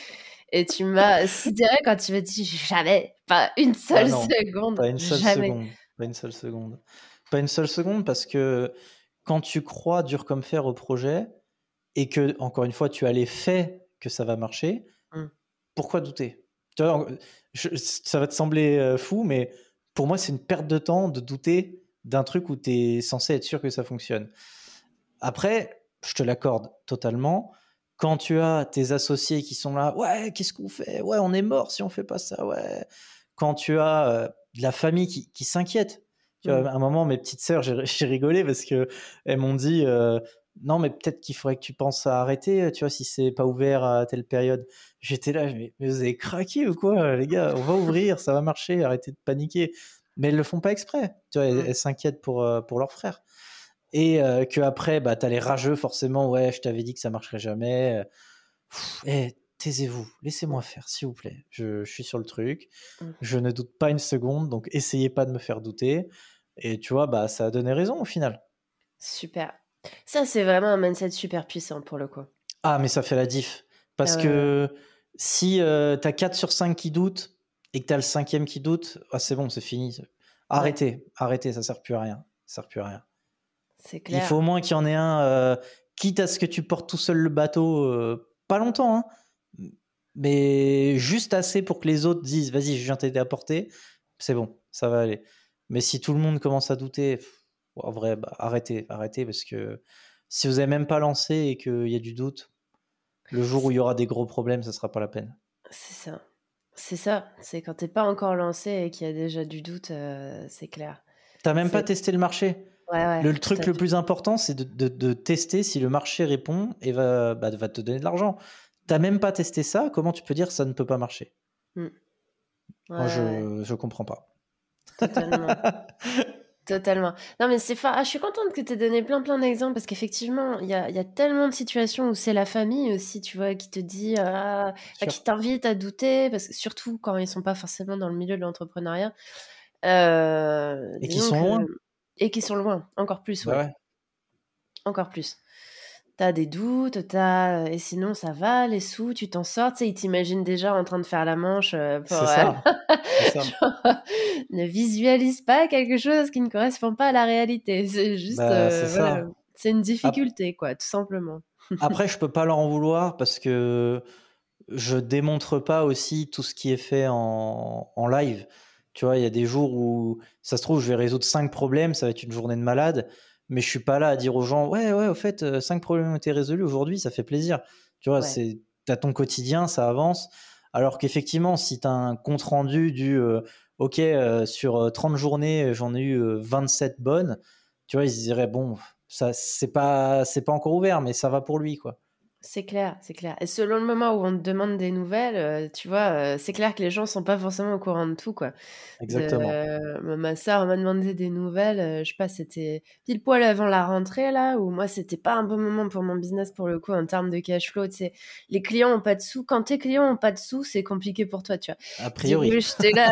Et tu m'as sidéré quand tu m'as dit jamais, pas une Ah seule non, seconde, pas une seule jamais. seconde, pas une seule seconde. Pas une seule seconde parce que quand tu crois dur comme fer au projet et que, encore une fois, tu as les faits que ça va marcher, Mmh. pourquoi douter? Tu vois, ça va te sembler fou, mais pour moi, c'est une perte de temps de douter d'un truc où tu es censé être sûr que ça fonctionne. Après, je te l'accorde totalement. Quand tu as tes associés qui sont là, ouais, qu'est-ce qu'on fait? Ouais, on est mort si on fait pas ça, ouais. Quand tu as de la famille qui s'inquiète. Tu vois, Mmh. à un moment, mes petites sœurs, j'ai rigolé parce que elles m'ont dit, non, mais peut-être qu'il faudrait que tu penses à arrêter, tu vois, si c'est pas ouvert à telle période. J'étais là, mais vous avez craqué ou quoi, les gars? On va ouvrir, ça va marcher, arrêtez de paniquer. Mais elles le font pas exprès. Tu vois, Mmh. elles s'inquiètent pour leurs frères. Et qu'après, bah, tu as les rageux, forcément. Ouais, je t'avais dit que ça marcherait jamais. Taisez-vous, laissez-moi Mmh. faire, s'il vous plaît. Je suis sur le truc. Mmh. Je ne doute pas une seconde, donc essayez pas de me faire douter. Et tu vois, bah, ça a donné raison au final. Super. Ça, c'est vraiment un mindset super puissant pour le coup. Ah, mais ça fait la diff. Ah Parce ouais, ouais. que si tu as 4 sur 5 qui doutent et que tu as le cinquième qui doute, ah, c'est bon, c'est fini. Ouais, Arrêtez, ça sert plus à rien. Ça sert plus à rien. c'est Il faut au clair. moins qu'il y en ait un, quitte à ce que tu portes tout seul le bateau, pas longtemps, hein, mais juste assez pour que les autres disent vas-y, je viens t'aider à porter, c'est bon, ça va aller. Mais si tout le monde commence à douter, en vrai, bah, arrêtez, parce que si vous n'avez même pas lancé et qu'il y a du doute, le jour où il y aura des gros problèmes, ça sera pas la peine. C'est ça. C'est ça. C'est quand t'es pas encore lancé et qu'il y a déjà du doute, c'est clair. T'as même pas C'est testé le marché. ouais, ouais, Le tout truc à le fait. plus important, c'est de tester si le marché répond et va te donner de l'argent. T'as même pas testé ça, comment tu peux dire ça ne peut pas marcher? Mmh. Ouais, Moi, ouais, je comprends pas. totalement. Totalement. Non, mais c'est fort. Ah, je suis contente que tu aies donné plein d'exemples parce qu'effectivement, il y a tellement de situations où c'est la famille aussi, tu vois, qui te dit, enfin, qui Sûr. t'invite à douter, parce que surtout quand ils sont pas forcément dans le milieu de l'entrepreneuriat. Et qui Disons sont que loin. et qui sont loin, encore plus, Bah ouais, ouais, encore plus. T'as des doutes, et sinon ça va, les sous, tu t'en sors, tu sais, ils t'imaginent déjà en train de faire la manche, pour, c'est ça, c'est ça. genre, ne visualise pas quelque chose qui ne correspond pas à la réalité. C'est juste, Bah, c'est voilà, ça. c'est une Ap difficulté quoi, tout simplement. Après, je peux pas leur en vouloir parce que je démontre pas aussi tout ce qui est fait en live. Tu vois, il y a des jours où ça se trouve, je vais résoudre 5 problèmes, ça va être une journée de malade, mais je suis pas là à dire aux gens: «Ouais, au fait, 5 problèmes ont été résolus aujourd'hui», ça fait plaisir. Tu vois, Ouais, c'est tu as ton quotidien, ça avance. Alors qu'effectivement, si tu as un compte rendu OK, sur, 30 journées, j'en ai eu, 27 bonnes, tu vois, ils se diraient: «Bon, ça c'est pas encore ouvert, mais ça va pour lui, quoi». c'est clair, c'est clair et selon le moment où on te demande des nouvelles, tu vois, c'est clair que les gens sont pas forcément au courant de tout, quoi. Exactement. Ma sœur m'a demandé des nouvelles, je sais pas, c'était pile poil avant la rentrée là, où moi c'était pas un bon moment pour mon business pour le coup en termes de cash flow, tu sais? Les clients ont pas de sous, quand tes clients ont pas de sous, c'est compliqué pour toi, tu vois? A Du coup, priori. j'étais là,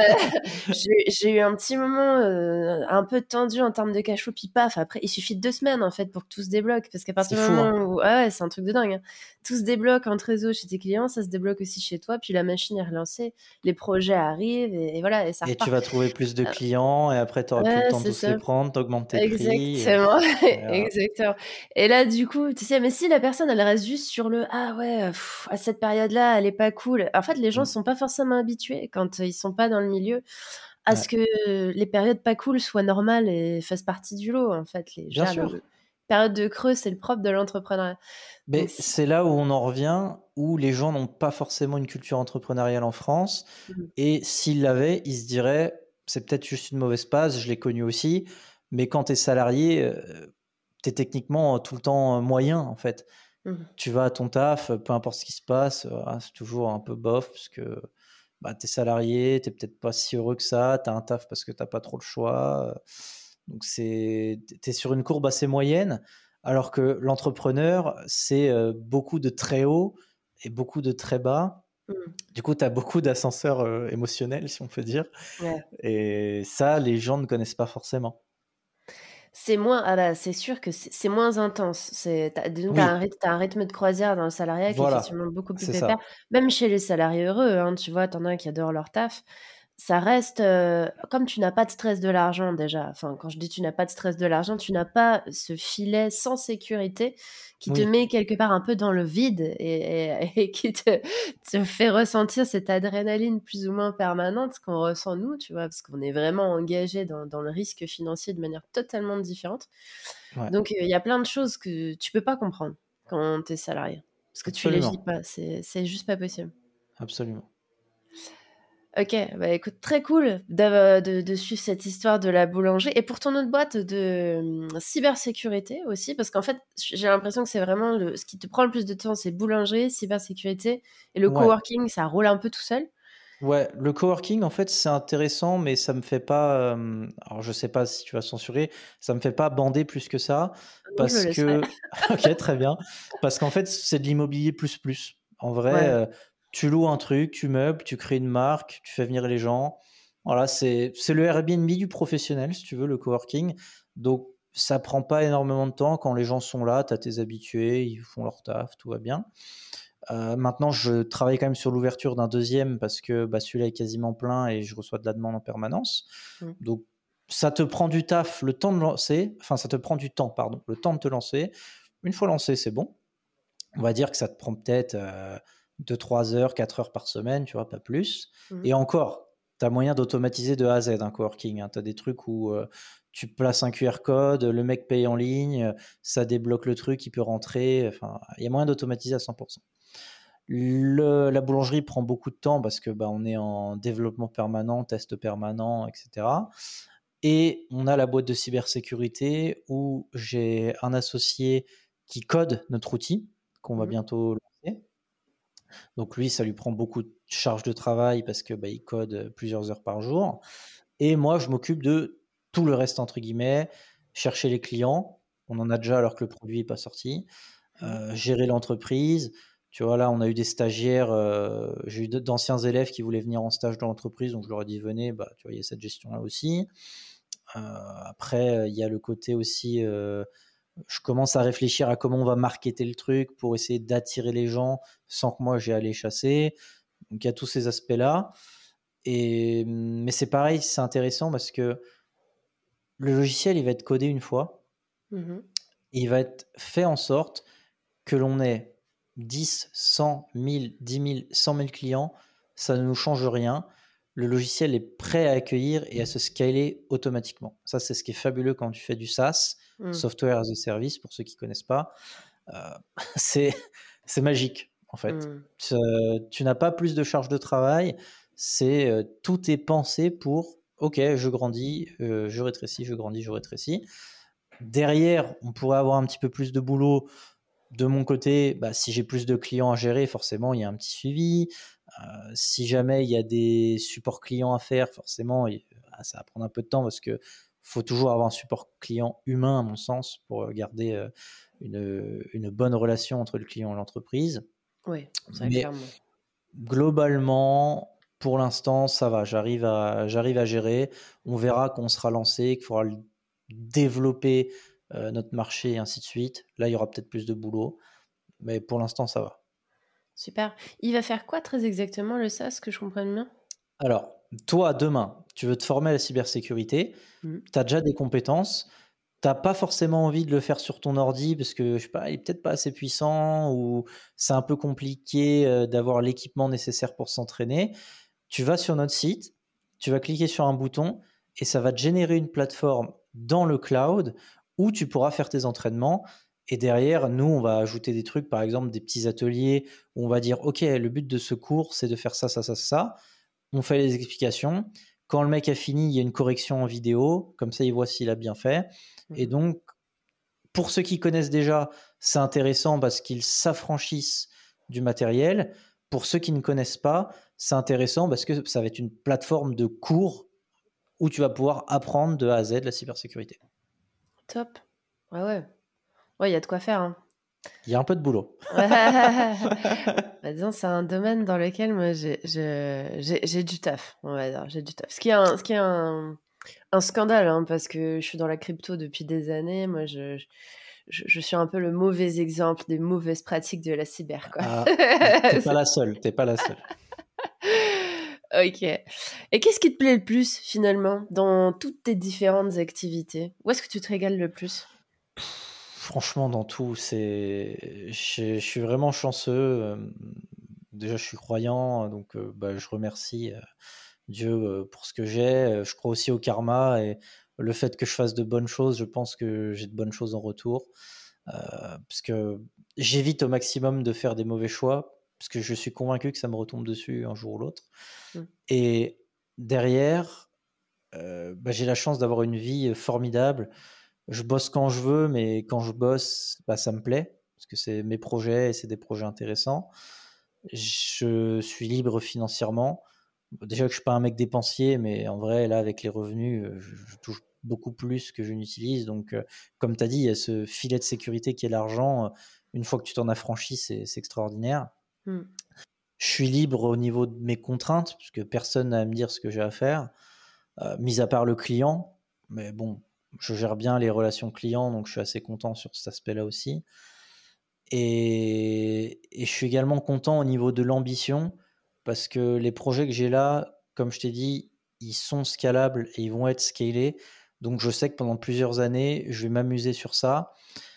j'ai eu un petit moment, un peu tendu en termes de cash flow, puis paf, après il suffit de 2 semaines en fait pour que tout se débloque. Parce qu'à C'est partir du fou, hein. moment où ah ouais, c'est un truc de dingue, hein. Tout se débloque en trésor chez tes clients, ça se débloque aussi chez toi, puis la machine est relancée, les projets arrivent et voilà et ça Et tu repart. vas trouver plus de clients et après tu auras plus le Ouais, temps de c'est tous les ça. prendre, tu augmentes tes prix Exactement, et voilà. exactement et là, du coup, tu sais, mais si la personne, elle reste juste sur le: «Ah ouais, à cette période-là, elle est pas cool». En fait, les gens Mmh. sont pas forcément habitués quand, ils sont pas dans le milieu à ce Ouais. que les périodes pas cool soient normales et fassent partie du lot, en fait. Les je Bien veux dire sûr. le période de creux, c'est le propre de l'entrepreneuriat. Donc Mais si c'est là où on en revient, où les gens n'ont pas forcément une culture entrepreneuriale en France mmh, et s'ils l'avaient, ils se diraient: «C'est peut-être juste une mauvaise passe», je l'ai connu aussi, mais quand tu es salarié, tu es techniquement tout le temps moyen, en fait. mmh, Tu vas à ton taf, peu importe ce qui se passe, c'est toujours un peu bof parce que, bah, tu es salarié, tu es peut-être pas si heureux que ça, tu as un taf parce que tu as pas trop le choix, donc tu es sur une courbe assez moyenne, alors que l'entrepreneur, c'est, beaucoup de très haut et beaucoup de très bas. mmh, Du coup, tu as beaucoup d'ascenseurs, émotionnels, si on peut dire ouais. et ça, les gens ne connaissent pas forcément. C'est moins ah bah, c'est sûr que c'est moins intense. Disons que Oui, tu un rythme de croisière dans le salariat qui est voilà, effectivement beaucoup plus c'est pépère. ça. Même chez les salariés heureux, hein, tu vois? Tu en as qui adorent leur taf. Ça reste, comme tu n'as pas de stress de l'argent déjà, enfin, quand je dis tu n'as pas de stress de l'argent, tu n'as pas ce filet sans sécurité qui te Oui, met quelque part un peu dans le vide et qui te fait ressentir cette adrénaline plus ou moins permanente qu'on ressent nous, tu vois? Parce qu'on est vraiment engagé dans le risque financier de manière totalement différente. ouais, Donc, il y a plein de choses que tu peux pas comprendre quand tu es salarié, parce que tu les vis absolument, pas, c'est juste pas possible. absolument. OK, bah, écoute, très cool de suivre cette histoire de la boulangerie et pour ton autre boîte de, cybersécurité aussi, parce qu'en fait, j'ai l'impression que c'est vraiment ce qui te prend le plus de temps, c'est boulangerie, cybersécurité et le Ouais. coworking, ça roule un peu tout seul? Ouais, le coworking, en fait, c'est intéressant, mais ça me fait pas, alors je sais pas si tu vas censurer, ça me fait pas bander plus que ça Non, je le parce laisserai. que OK, très bien. Parce qu'en fait, c'est de l'immobilier plus plus. En vrai, Ouais. tu loues un truc, tu meubles, tu crées une marque, tu fais venir les gens. Voilà, c'est le Airbnb du professionnel, si tu veux, le coworking. Donc ça prend pas énormément de temps. Quand les gens sont là, tu as tes habitués, ils font leur taf, tout va bien. Maintenant, je travaille quand même sur l'ouverture d'un deuxième parce que bah, celui-là est quasiment plein et je reçois de la demande en permanence. Mmh. Donc, ça te prend du taf, le temps de lancer, enfin, ça te prend du temps, pardon, le temps de te lancer. Une fois lancé, c'est bon. On va dire que ça te prend peut-être 2-3 heures, 4 heures par semaine, tu vois, pas plus. Mmh. Et encore, tu as moyen d'automatiser de A à Z un coworking. Hein. Tu as des trucs où tu places un QR code, le mec paye en ligne, ça débloque le truc, il peut rentrer. Enfin, il y a moyen d'automatiser à 100%. La boulangerie prend beaucoup de temps parce que bah, on est en développement permanent, test permanent, etc. Et on a la boîte de cybersécurité où j'ai un associé qui code notre outil qu'on va Mmh. bientôt lancer. Donc lui, ça lui prend beaucoup de charge de travail parce que bah, il code plusieurs heures par jour. Et moi, je m'occupe de tout le reste entre guillemets, chercher les clients. On en a déjà alors que le produit n'est pas sorti. Mmh. Gérer l'entreprise. Tu vois, là, on a eu des stagiaires, j'ai eu d'anciens élèves qui voulaient venir en stage dans l'entreprise, donc je leur ai dit: «Venez», bah, tu vois, il y a cette gestion-là aussi. Après, il y a le côté aussi, je commence à réfléchir à comment on va marketer le truc pour essayer d'attirer les gens sans que moi j'ai à les chasser. Donc il y a tous ces aspects-là mais c'est pareil, c'est intéressant parce que le logiciel, il va être codé une fois Mmh. et il va être fait en sorte que l'on ait 10, 100, 1000, 10 000, 100 000 clients, ça ne nous change rien. Le logiciel est prêt à accueillir et à se scaler automatiquement. Ça, c'est ce qui est fabuleux quand tu fais du SaaS, Mmh. Software as a Service, pour ceux qui ne connaissent pas. Euh, c'est, c'est magique, en fait. Mmh. Tu n'as pas plus de charge de travail. Tout est pensé pour, OK, je grandis, je rétrécis, je grandis, je rétrécis. Derrière, on pourrait avoir un petit peu plus de boulot de mon côté, bah, si j'ai plus de clients à gérer, forcément, il y a un petit suivi. Si jamais il y a des supports clients à faire, forcément, ça va prendre un peu de temps parce que faut toujours avoir un support client humain, à mon sens, pour garder une bonne relation entre le client et l'entreprise. Ouais, ça Mais clairement. globalement, pour l'instant, ça va. J'arrive à gérer. On verra quand on sera lancé, qu'il faudra développer notre marché et ainsi de suite. Là, il y aura peut-être plus de boulot. Mais pour l'instant, ça va. Super. Il va faire quoi très exactement le SAS, que je comprenne bien? Alors, toi, demain, tu veux te former à la cybersécurité, Mmh. tu as déjà des compétences, tu as pas forcément envie de le faire sur ton ordi parce que, je sais pas, il est peut-être pas assez puissant ou c'est un peu compliqué d'avoir l'équipement nécessaire pour s'entraîner. Tu vas sur notre site, tu vas cliquer sur un bouton et ça va te générer une plateforme dans le cloud où tu pourras faire tes entraînements. Et derrière, nous, on va ajouter des trucs, par exemple des petits ateliers où on va dire, OK, le but de ce cours, c'est de faire ça, ça, ça, ça. On fait les explications. Quand le mec a fini, il y a une correction en vidéo, comme ça il voit s'il a bien fait. Et Mmh. donc, pour ceux qui connaissent déjà, c'est intéressant parce qu'ils s'affranchissent du matériel. Pour ceux qui ne connaissent pas, c'est intéressant parce que ça va être une plateforme de cours où tu vas pouvoir apprendre de A à Z la cybersécurité. Top. Ouais, ouais. Ouais, il y a de quoi faire, hein. Il y a un peu de boulot. Bah, disons, c'est un domaine dans lequel moi j'ai du taf, on va dire, j'ai du taf. Ce qui est un Un scandale, hein, parce que je suis dans la crypto depuis des années. Moi, je suis un peu le mauvais exemple des mauvaises pratiques de la cyber, quoi. Ah, tu pas la seule, tu pas la seule. OK. Et qu'est-ce qui te plaît le plus, finalement, dans toutes tes différentes activités? Où est-ce que tu te régales le plus? Franchement, dans tout, je suis vraiment chanceux, déjà je suis croyant, donc bah, je remercie, Dieu, pour ce que j'ai. Je crois aussi au karma et le fait que je fasse de bonnes choses, je pense que j'ai de bonnes choses en retour. Parce que j'évite au maximum de faire des mauvais choix, parce que je suis convaincu que ça me retombe dessus un jour ou l'autre. Mmh. Et derrière, bah, j'ai la chance d'avoir une vie, formidable. Je bosse quand je veux, mais quand je bosse, bah, ça me plaît, parce que c'est mes projets et c'est des projets intéressants. Je suis libre financièrement. Déjà que je suis pas un mec dépensier, mais en vrai, là, avec les revenus, je touche beaucoup plus que je n'utilise. Donc, comme tu as dit, il y a ce filet de sécurité qui est l'argent. Une fois que tu t'en affranchis, c'est extraordinaire. Mmh. Je suis libre au niveau de mes contraintes, puisque personne n'a à me dire ce que j'ai à faire, mis à part le client. Mais bon, je gère bien les relations clients, donc je suis assez content sur cet aspect-là aussi. Et je suis également content au niveau de l'ambition, parce que les projets que j'ai là, comme je t'ai dit, ils sont scalables et ils vont être scalés. Donc je sais que pendant plusieurs années, je vais m'amuser sur ça.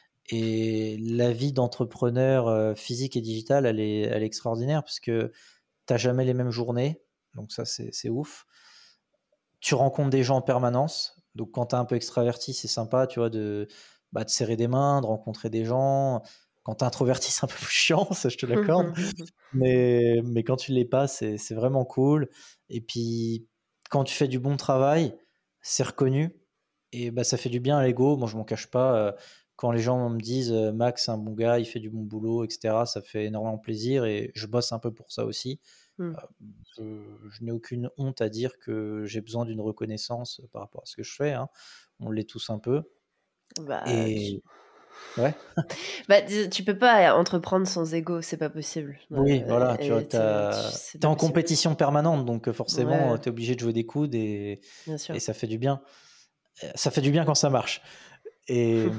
Et la vie d'entrepreneur physique et digital, elle est extraordinaire, parce que tu n'as jamais les mêmes journées. Donc ça, c'est ouf. Tu rencontres des gens en permanence. Donc quand tu es un peu extraverti, c'est sympa, tu vois, bah, de serrer des mains, de rencontrer des gens. Quand tu es introverti, c'est un peu plus chiant, ça je te l'accorde. Mais quand tu l'es pas, c'est vraiment cool. Et puis, quand tu fais du bon travail, c'est reconnu. Et bah, ça fait du bien à l'ego. Moi, je m'en cache pas. Quand les gens me disent Max, c'est un bon gars, il fait du bon boulot, etc., ça fait énormément plaisir. Et je bosse un peu pour ça aussi. Mmh. Je n'ai aucune honte à dire que j'ai besoin d'une reconnaissance par rapport à ce que je fais, hein. On l'est tous un peu. Bah, Et ouais, tu peux pas entreprendre sans ego, c'est pas possible. oui, voilà, tu vois, Et c'est t'es pas en possible. compétition permanente, donc forcément, Ouais, tu es obligé de jouer des coudes bien et sûr. ça fait du bien. Ça fait du bien quand ça marche. Et,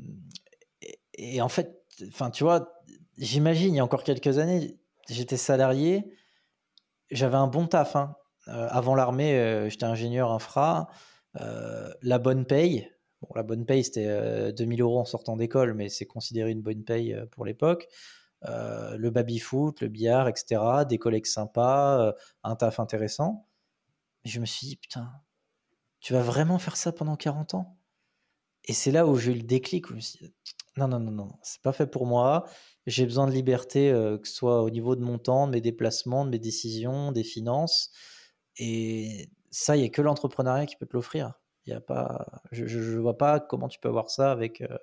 et en fait, enfin, tu vois, j'imagine, il y a encore quelques années, j'étais salarié, j'avais un bon taf, hein. Avant l'armée, j'étais ingénieur infra, la bonne paye. Bon, la bonne paye, c'était 2 000 € en sortant d'école, mais c'est considéré une bonne paye pour l'époque. Le baby-foot, le billard, etc. Des collègues sympas, un taf intéressant. Et je me suis dit, putain, tu vas vraiment faire ça pendant 40 ans? Et c'est là où j'ai eu le déclic, où je me suis dit, non, non, non, non, c'est pas fait pour moi. J'ai besoin de liberté, que ce soit au niveau de mon temps, de mes déplacements, de mes décisions, des finances. Et ça, il n'y a que l'entrepreneuriat qui peut te l'offrir. Il y a pas, je vois pas comment tu peux avoir ça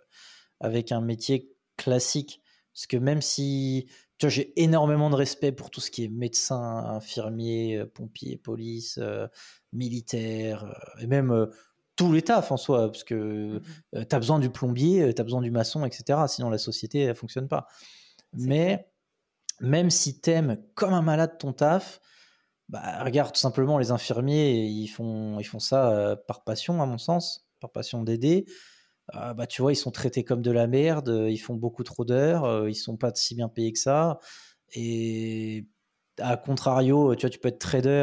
avec un métier classique. Parce que même si, tu vois, j'ai énormément de respect pour tout ce qui est médecin, infirmier, pompier, police, militaire, et même tout les tafs en soi, parce que Mmh. tu as besoin du plombier, tu as besoin du maçon, etc. Sinon la société, elle fonctionne pas. C'est clair. Mais même si t'aimes comme un malade ton taf, bah, regarde tout simplement les infirmiers, ils font ça par passion, à mon sens, par passion d'aider. Bah, tu vois, ils sont traités comme de la merde, ils font beaucoup trop d'heures, ils sont pas si bien payés que ça. Et à contrario, tu vois, tu peux être trader,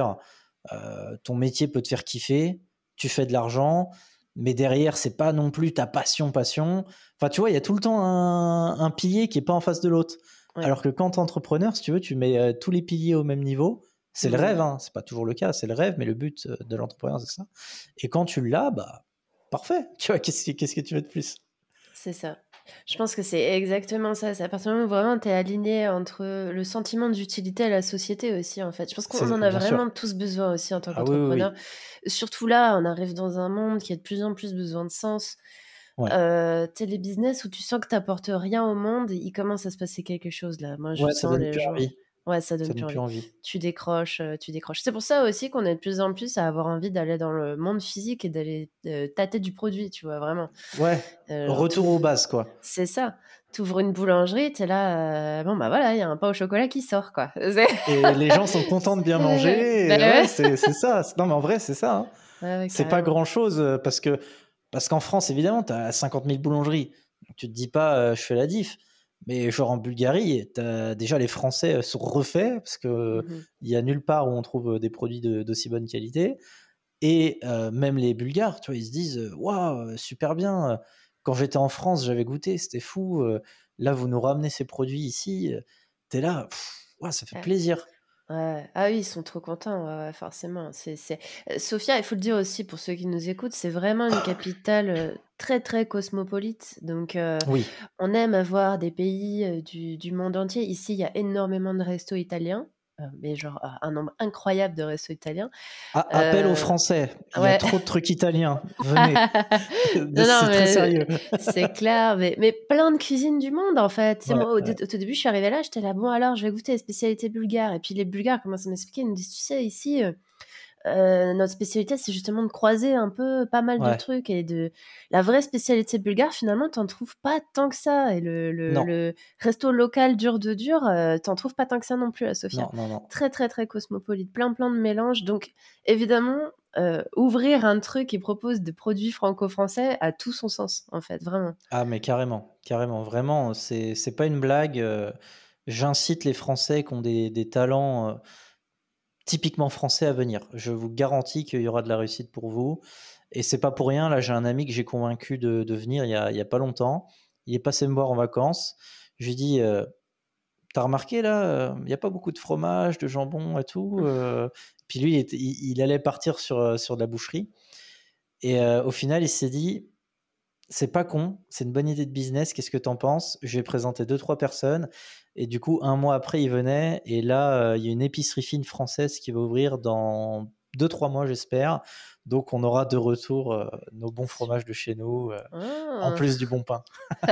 ton métier peut te faire kiffer, tu fais de l'argent, mais derrière, c'est pas non plus ta passion, passion. Enfin, tu vois, il y a tout le temps un pilier qui est pas en face de l'autre. Ouais. Alors que quand tu es entrepreneur, si tu veux, tu mets tous les piliers au même niveau. C'est le Mmh. rêve, hein. C'est pas toujours le cas, c'est le rêve, mais le but de l'entrepreneur, c'est ça. Et quand tu l'as, bah, parfait. Tu vois, qu'est-ce que tu veux de plus? C'est ça. Je pense que c'est exactement ça. C'est à partir du moment où vraiment tu es aligné entre le sentiment d'utilité à la société aussi, en fait. Je pense qu'on en a Bien sûr. vraiment tous besoin aussi en tant Ah oui, oui, qu'entrepreneur. oui. Surtout là, on arrive dans un monde qui a de plus en plus besoin de sens. Ouais. Tu les business où tu sens que tu apportes rien au monde, il commence à se passer quelque chose là. Moi, je Ouais, ça sens donne les plus gens envie. Ouais, ça donne Ça plus donne plus envie. envie. Tu décroches, tu décroches. C'est pour ça aussi qu'on est de plus en plus à avoir envie d'aller dans le monde physique et d'aller, tâter du produit, tu vois? Vraiment. Ouais, Genre retour aux bases, quoi. c'est ça. Tu ouvres une boulangerie, tu es là, bon, bah, voilà, il y a un pain au chocolat qui sort, quoi. C'est Et les gens sont contents de bien manger bah, et ouais. ouais, c'est ça. Non, mais en vrai, c'est ça, hein. Ouais, ouais, C'est pas carrément. grand-chose, parce qu'en France, évidemment, tu as 50 000 boulangeries. Donc tu te dis pas, je fais la diff. Mais genre en Bulgarie, déjà les Français sont refaits parce que Mmh mh. il y a nulle part où on trouve des produits d'aussi bonne qualité. Et même les Bulgares, tu vois, ils se disent, «Waouh, super bien, quand j'étais en France, j'avais goûté, c'était fou, là, vous nous ramenez ces produits ici», tu es là, waouh, ça fait Ouais. plaisir. Ouais. Ah oui, ils sont trop contents, ouais, ouais, forcément. Sofia, il faut le dire aussi pour ceux qui nous écoutent, c'est vraiment une capitale, très, très cosmopolite. Donc, Oui. on aime avoir des pays, du monde entier. Ici, il y a énormément de restos italiens, mais genre, un nombre incroyable de restos italiens. Appel aux Heu, Français, il y a ouais. trop de trucs italiens, venez. Non, non, C'est très mais sérieux. c'est clair, mais plein de cuisines du monde, en fait. Tu sais, Ouais, moi, ouais. au tout début, je suis arrivée là, j'étais là: «Bon, alors, je vais goûter les spécialités bulgares» et puis les Bulgares commencent à m'expliquer, ils me disent: «Tu sais, ici, notre spécialité, c'est justement de croiser un peu pas mal de Ouais. trucs et de la vraie spécialité bulgare, finalement, tu en trouves pas tant que ça et Non, le resto local dur de dur, tu en trouves pas tant que ça non plus à Sofia. non, non, non. Très, très, très cosmopolite, plein, plein de mélanges donc évidemment, ouvrir un truc qui propose des produits franco-français a tout son sens, en fait, vraiment. Ah mais carrément, carrément, vraiment, c'est pas une blague, j'incite les Français qui ont des talents, typiquement français à venir. Je vous garantis qu'il y aura de la réussite pour vous et c'est pas pour rien, là, j'ai un ami que j'ai convaincu de venir il y a pas longtemps. Il est passé me voir en vacances. Je lui ai dit, «Tu remarqué là, il y a pas beaucoup de fromage, de jambon et tout?» Puis lui, il allait partir sur de la boucherie et au final, il s'est dit: «C'est pas con, c'est une bonne idée de business, qu'est-ce que tu en penses?» Je lui ai présenté 2-3 personnes et du coup, un mois après, il venait et là, il y a une épicerie fine française qui va ouvrir dans 2-3 mois, j'espère. Donc on aura de retour, nos bons Su fromages de chez nous, en ah! plus du bon pain.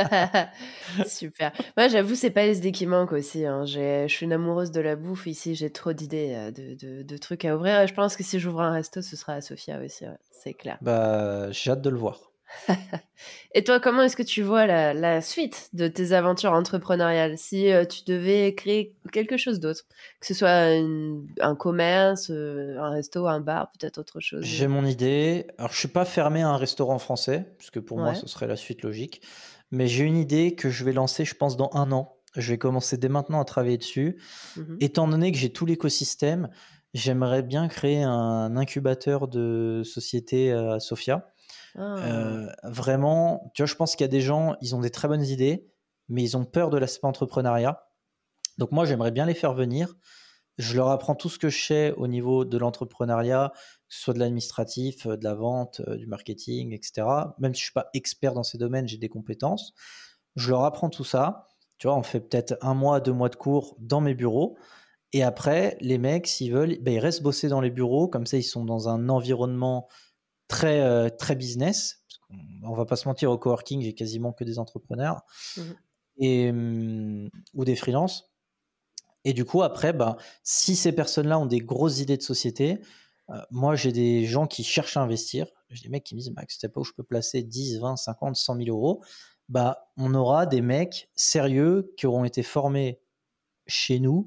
Super. Moi, j'avoue, c'est pas les idées qui manquent aussi, hein. Je suis une amoureuse de la bouffe ici, j'ai trop d'idées, de trucs à ouvrir et je pense que si j'ouvre un resto, ce sera à Sofia aussi, ouais, c'est clair. Bah, j'ai hâte de le voir. Et toi, comment est-ce que tu vois la suite de tes aventures entrepreneuriales? Si, tu devais créer quelque chose d'autre, que ce soit un commerce, un resto, un bar, peut-être autre chose, J'ai mon idée. Alors, je suis pas fermé à un restaurant français, puisque pour moi, Ouais. ce serait la suite logique. Mais j'ai une idée que je vais lancer, je pense, dans 1 an. Je vais commencer dès maintenant à travailler dessus. Mmh. Étant donné que j'ai tout l'écosystème, j'aimerais bien créer un incubateur de société à Sofia. Ah, Vraiment, tu vois, je pense qu'il y a des gens, ils ont des très bonnes idées, mais ils ont peur de l'aspect entrepreneuriat. Donc moi, j'aimerais bien les faire venir. Je leur apprends tout ce que je sais au niveau de l'entrepreneuriat, que ce soit de l'administratif, de la vente, du marketing, et cetera. Même si je suis pas expert dans ces domaines, j'ai des compétences. Je leur apprends tout ça. Tu vois, on fait peut-être 1 mois, 2 mois de cours dans mes bureaux et après, les mecs, s'ils veulent, ils restent bosser dans les bureaux. Comme ça, ils sont dans un environnement très, très business. Parce qu'on va pas se mentir, au coworking, j'ai quasiment que des entrepreneurs mmh. et ou des freelances. Et du coup, après, bah, si ces personnes-là ont des grosses idées de société, moi, j'ai des gens qui cherchent à investir. J'ai des mecs qui me disent: «Max, tu sais pas où je peux placer 10, 20, 50, 100 000 euros?» Bah, on aura des mecs sérieux qui auront été formés chez nous,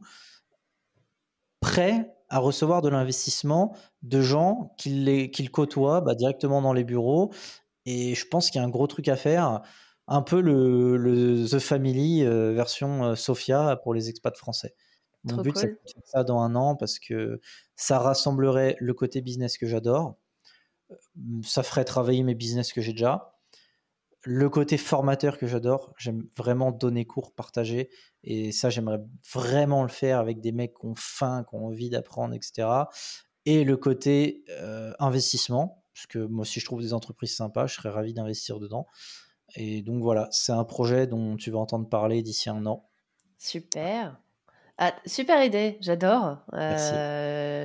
prêts à recevoir de l'investissement de gens qui le côtoient, bah, directement dans les bureaux et je pense qu'il y a un gros truc à faire, un peu le The Family, version, Sofia pour les expats français. Mon Trop but, c'est de cool. faire ça dans 1 an parce que ça rassemblerait le côté business que j'adore, ça ferait travailler mes business que j'ai déjà, le côté formateur que j'adore, j'aime vraiment donner cours, partager et ça, j'aimerais vraiment le faire avec des mecs qui ont faim, qui ont envie d'apprendre et cetera et le côté, investissement, parce que moi, si je trouve des entreprises sympas, je serais ravi d'investir dedans et donc voilà, c'est un projet dont tu vas entendre parler d'ici 1 an. Super. Ah, super idée, j'adore. Merci.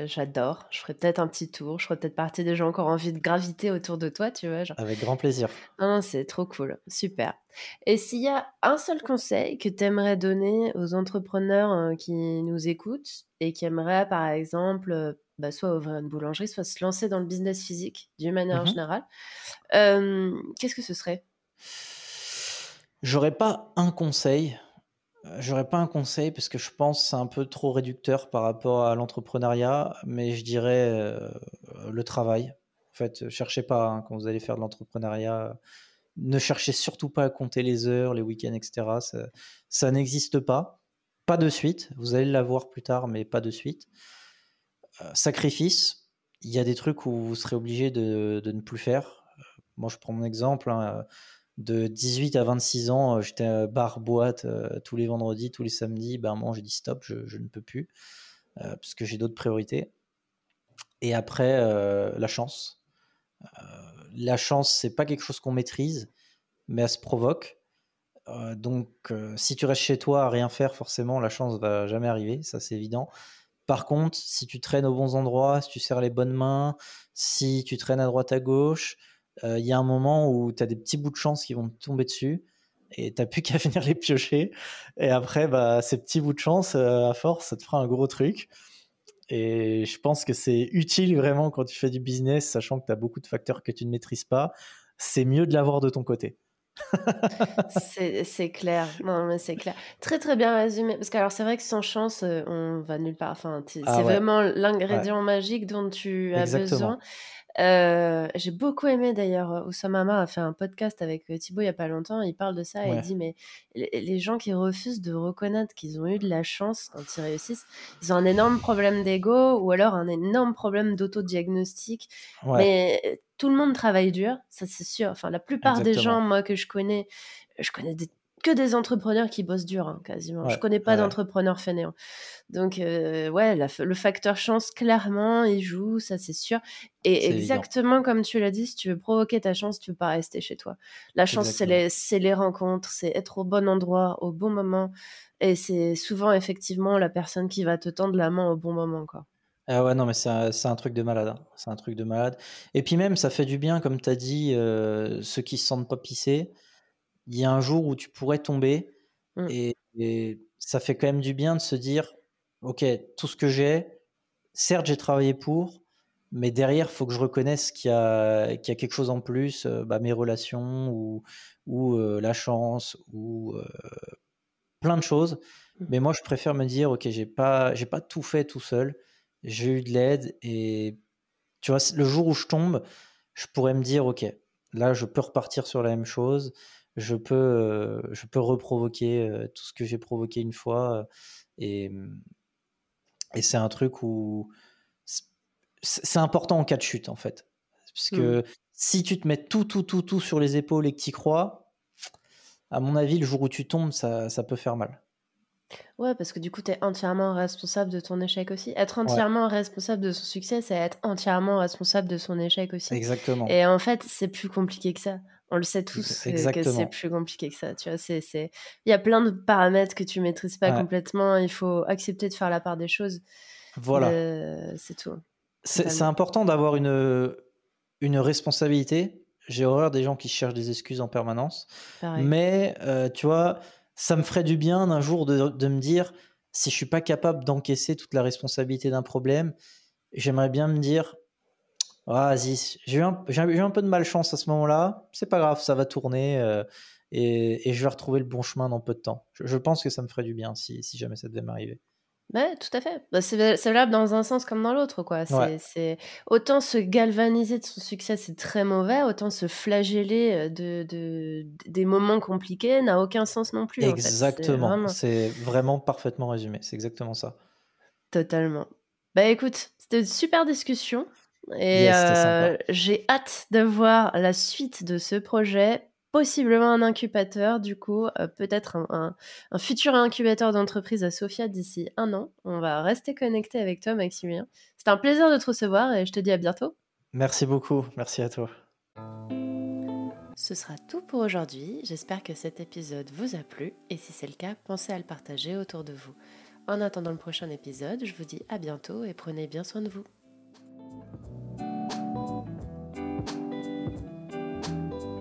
j'adore. Je ferais peut-être un petit tour. Je ferais peut-être partie des gens qui auront envie de graviter autour de toi, tu vois, genre. Avec grand plaisir. Non, c'est trop cool, super. Et s'il y a un seul conseil que tu aimerais donner aux entrepreneurs qui nous écoutent et qui aimeraient, par exemple, soit ouvrir une boulangerie, soit se lancer dans le business physique d'une manière Mhm. générale, qu'est-ce que ce serait? J'aurais pas un conseil. J'aurais pas un conseil parce que je pense que c'est un peu trop réducteur par rapport à l'entrepreneuriat, mais je dirais le travail. En fait, cherchez pas hein, quand vous allez faire de l'entrepreneuriat. Ne cherchez surtout pas à compter les heures, les week-ends, etc. Ça n'existe pas. Pas de suite. Vous allez l'avoir plus tard, mais pas de suite. Sacrifice. Il y a des trucs où vous serez obligé de ne plus faire. Moi, je prends mon exemple. Hein, de 18 à 26 ans, j'étais bar, boîte tous les vendredis, tous les samedis. Ben, moi, j'ai dit stop, je ne peux plus parce que j'ai d'autres priorités. Et après, la chance. La chance, c'est pas quelque chose qu'on maîtrise, mais elle se provoque. Donc, si tu restes chez toi à rien faire, forcément, la chance va jamais arriver, ça c'est évident. Par contre, si tu traînes aux bons endroits, si tu serres les bonnes mains, si tu traînes à droite à gauche, il y a un moment où tu as des petits bouts de chance qui vont te tomber dessus et tu n'as plus qu'à venir les piocher. Et après, bah, ces petits bouts de chance, à force, ça te fera un gros truc. Et je pense que c'est utile vraiment quand tu fais du business, sachant que tu as beaucoup de facteurs que tu ne maîtrises pas. C'est mieux de l'avoir de ton côté. C'est clair. Non, mais c'est clair. Très, très bien résumé. Parce que alors c'est vrai que sans chance, on va nulle part. Enfin, c'est Ah ouais, vraiment ouais, l'ingrédient magique dont tu as besoin. exactement. J'ai beaucoup aimé d'ailleurs, Oussama Hamar a fait un podcast avec Thibaut il y a pas longtemps. Il parle de ça et il Ouais, dit mais les gens qui refusent de reconnaître qu'ils ont eu de la chance quand ils réussissent, ils ont un énorme problème d'ego ou alors un énorme problème d'autodiagnostic. ouais, Mais tout le monde travaille dur, ça c'est sûr. Enfin, la plupart des gens, exactement. moi que je connais que des entrepreneurs qui bossent dur, hein, quasiment. Je Ouais, connais pas ouais, d'entrepreneurs fainéants. Donc, ouais, le facteur chance, clairement, il joue, ça c'est sûr. Et c'est évident. exactement comme tu l'as dit, si tu veux provoquer ta chance, tu peux pas rester chez toi. La chance, Exactement. c'est les rencontres, c'est être au bon endroit, au bon moment. Et c'est souvent, effectivement, la personne qui va te tendre la main au bon moment, quoi. Ah ouais, non, mais c'est un truc de malade. Hein. C'est un truc de malade. Et puis même, ça fait du bien, comme tu as dit, ceux qui se sentent pas pisser. Il y a un jour où tu pourrais tomber Mm. et ça fait quand même du bien de se dire, OK, tout ce que j'ai, certes, j'ai travaillé pour, mais derrière, il faut que je reconnaisse qu'il y a quelque chose en plus, bah, mes relations ou la chance ou plein de choses. Mm. Mais moi, je préfère me dire, OK, j'ai pas tout fait tout seul. J'ai eu de l'aide et tu vois, le jour où je tombe, je pourrais me dire, OK, là, je peux repartir sur la même chose. Je peux reprovoquer tout ce que j'ai provoqué une fois. Et, et c'est un truc où c'est important en cas de chute, en fait. Parce Mm. que si tu te mets tout, tout, tout, tout sur les épaules et que tu y crois, à mon avis, le jour où tu tombes, ça peut faire mal. Ouais, parce que du coup, tu es entièrement responsable de ton échec aussi. Être Ouais, entièrement responsable de son succès, c'est être entièrement responsable de son échec aussi. exactement. Et en fait, c'est plus compliqué que ça. On le sait tous que c'est Exactement. plus compliqué que ça. Tu vois, il y a plein de paramètres que tu maîtrises pas Ouais. complètement. Il faut accepter de faire la part des choses. Voilà. C'est tout, C'est totalement. important d'avoir une responsabilité. J'ai horreur des gens qui cherchent des excuses en permanence. Pareil. Mais tu vois, ça me ferait du bien d'un jour de me dire, si je suis pas capable d'encaisser toute la responsabilité d'un problème, j'aimerais bien me dire, ah, vas-y, j'ai eu un peu de malchance à ce moment-là, c'est pas grave, ça va tourner et je vais retrouver le bon chemin dans peu de temps. Je pense que ça me ferait du bien si jamais ça devait m'arriver. Ouais, tout à fait. Bah, c'est valable dans un sens comme dans l'autre, quoi. Ouais, Autant se galvaniser de son succès, c'est très mauvais, autant se flageller des moments compliqués n'a aucun sens non plus, en fait. C'est exactement. vraiment C'est vraiment parfaitement résumé. C'est exactement ça. totalement. Bah écoute, c'était une super discussion et Yes, c'était sympa. j'ai hâte de voir la suite de ce projet. Possiblement un incubateur, du coup, peut-être un futur incubateur d'entreprise à Sofia d'ici 1 an. On va rester connecté avec toi, Maximilien. C'était un plaisir de te recevoir et je te dis à bientôt. Merci beaucoup. Merci à toi. Ce sera tout pour aujourd'hui. J'espère que cet épisode vous a plu et si c'est le cas, pensez à le partager autour de vous. En attendant le prochain épisode, je vous dis à bientôt et prenez bien soin de vous.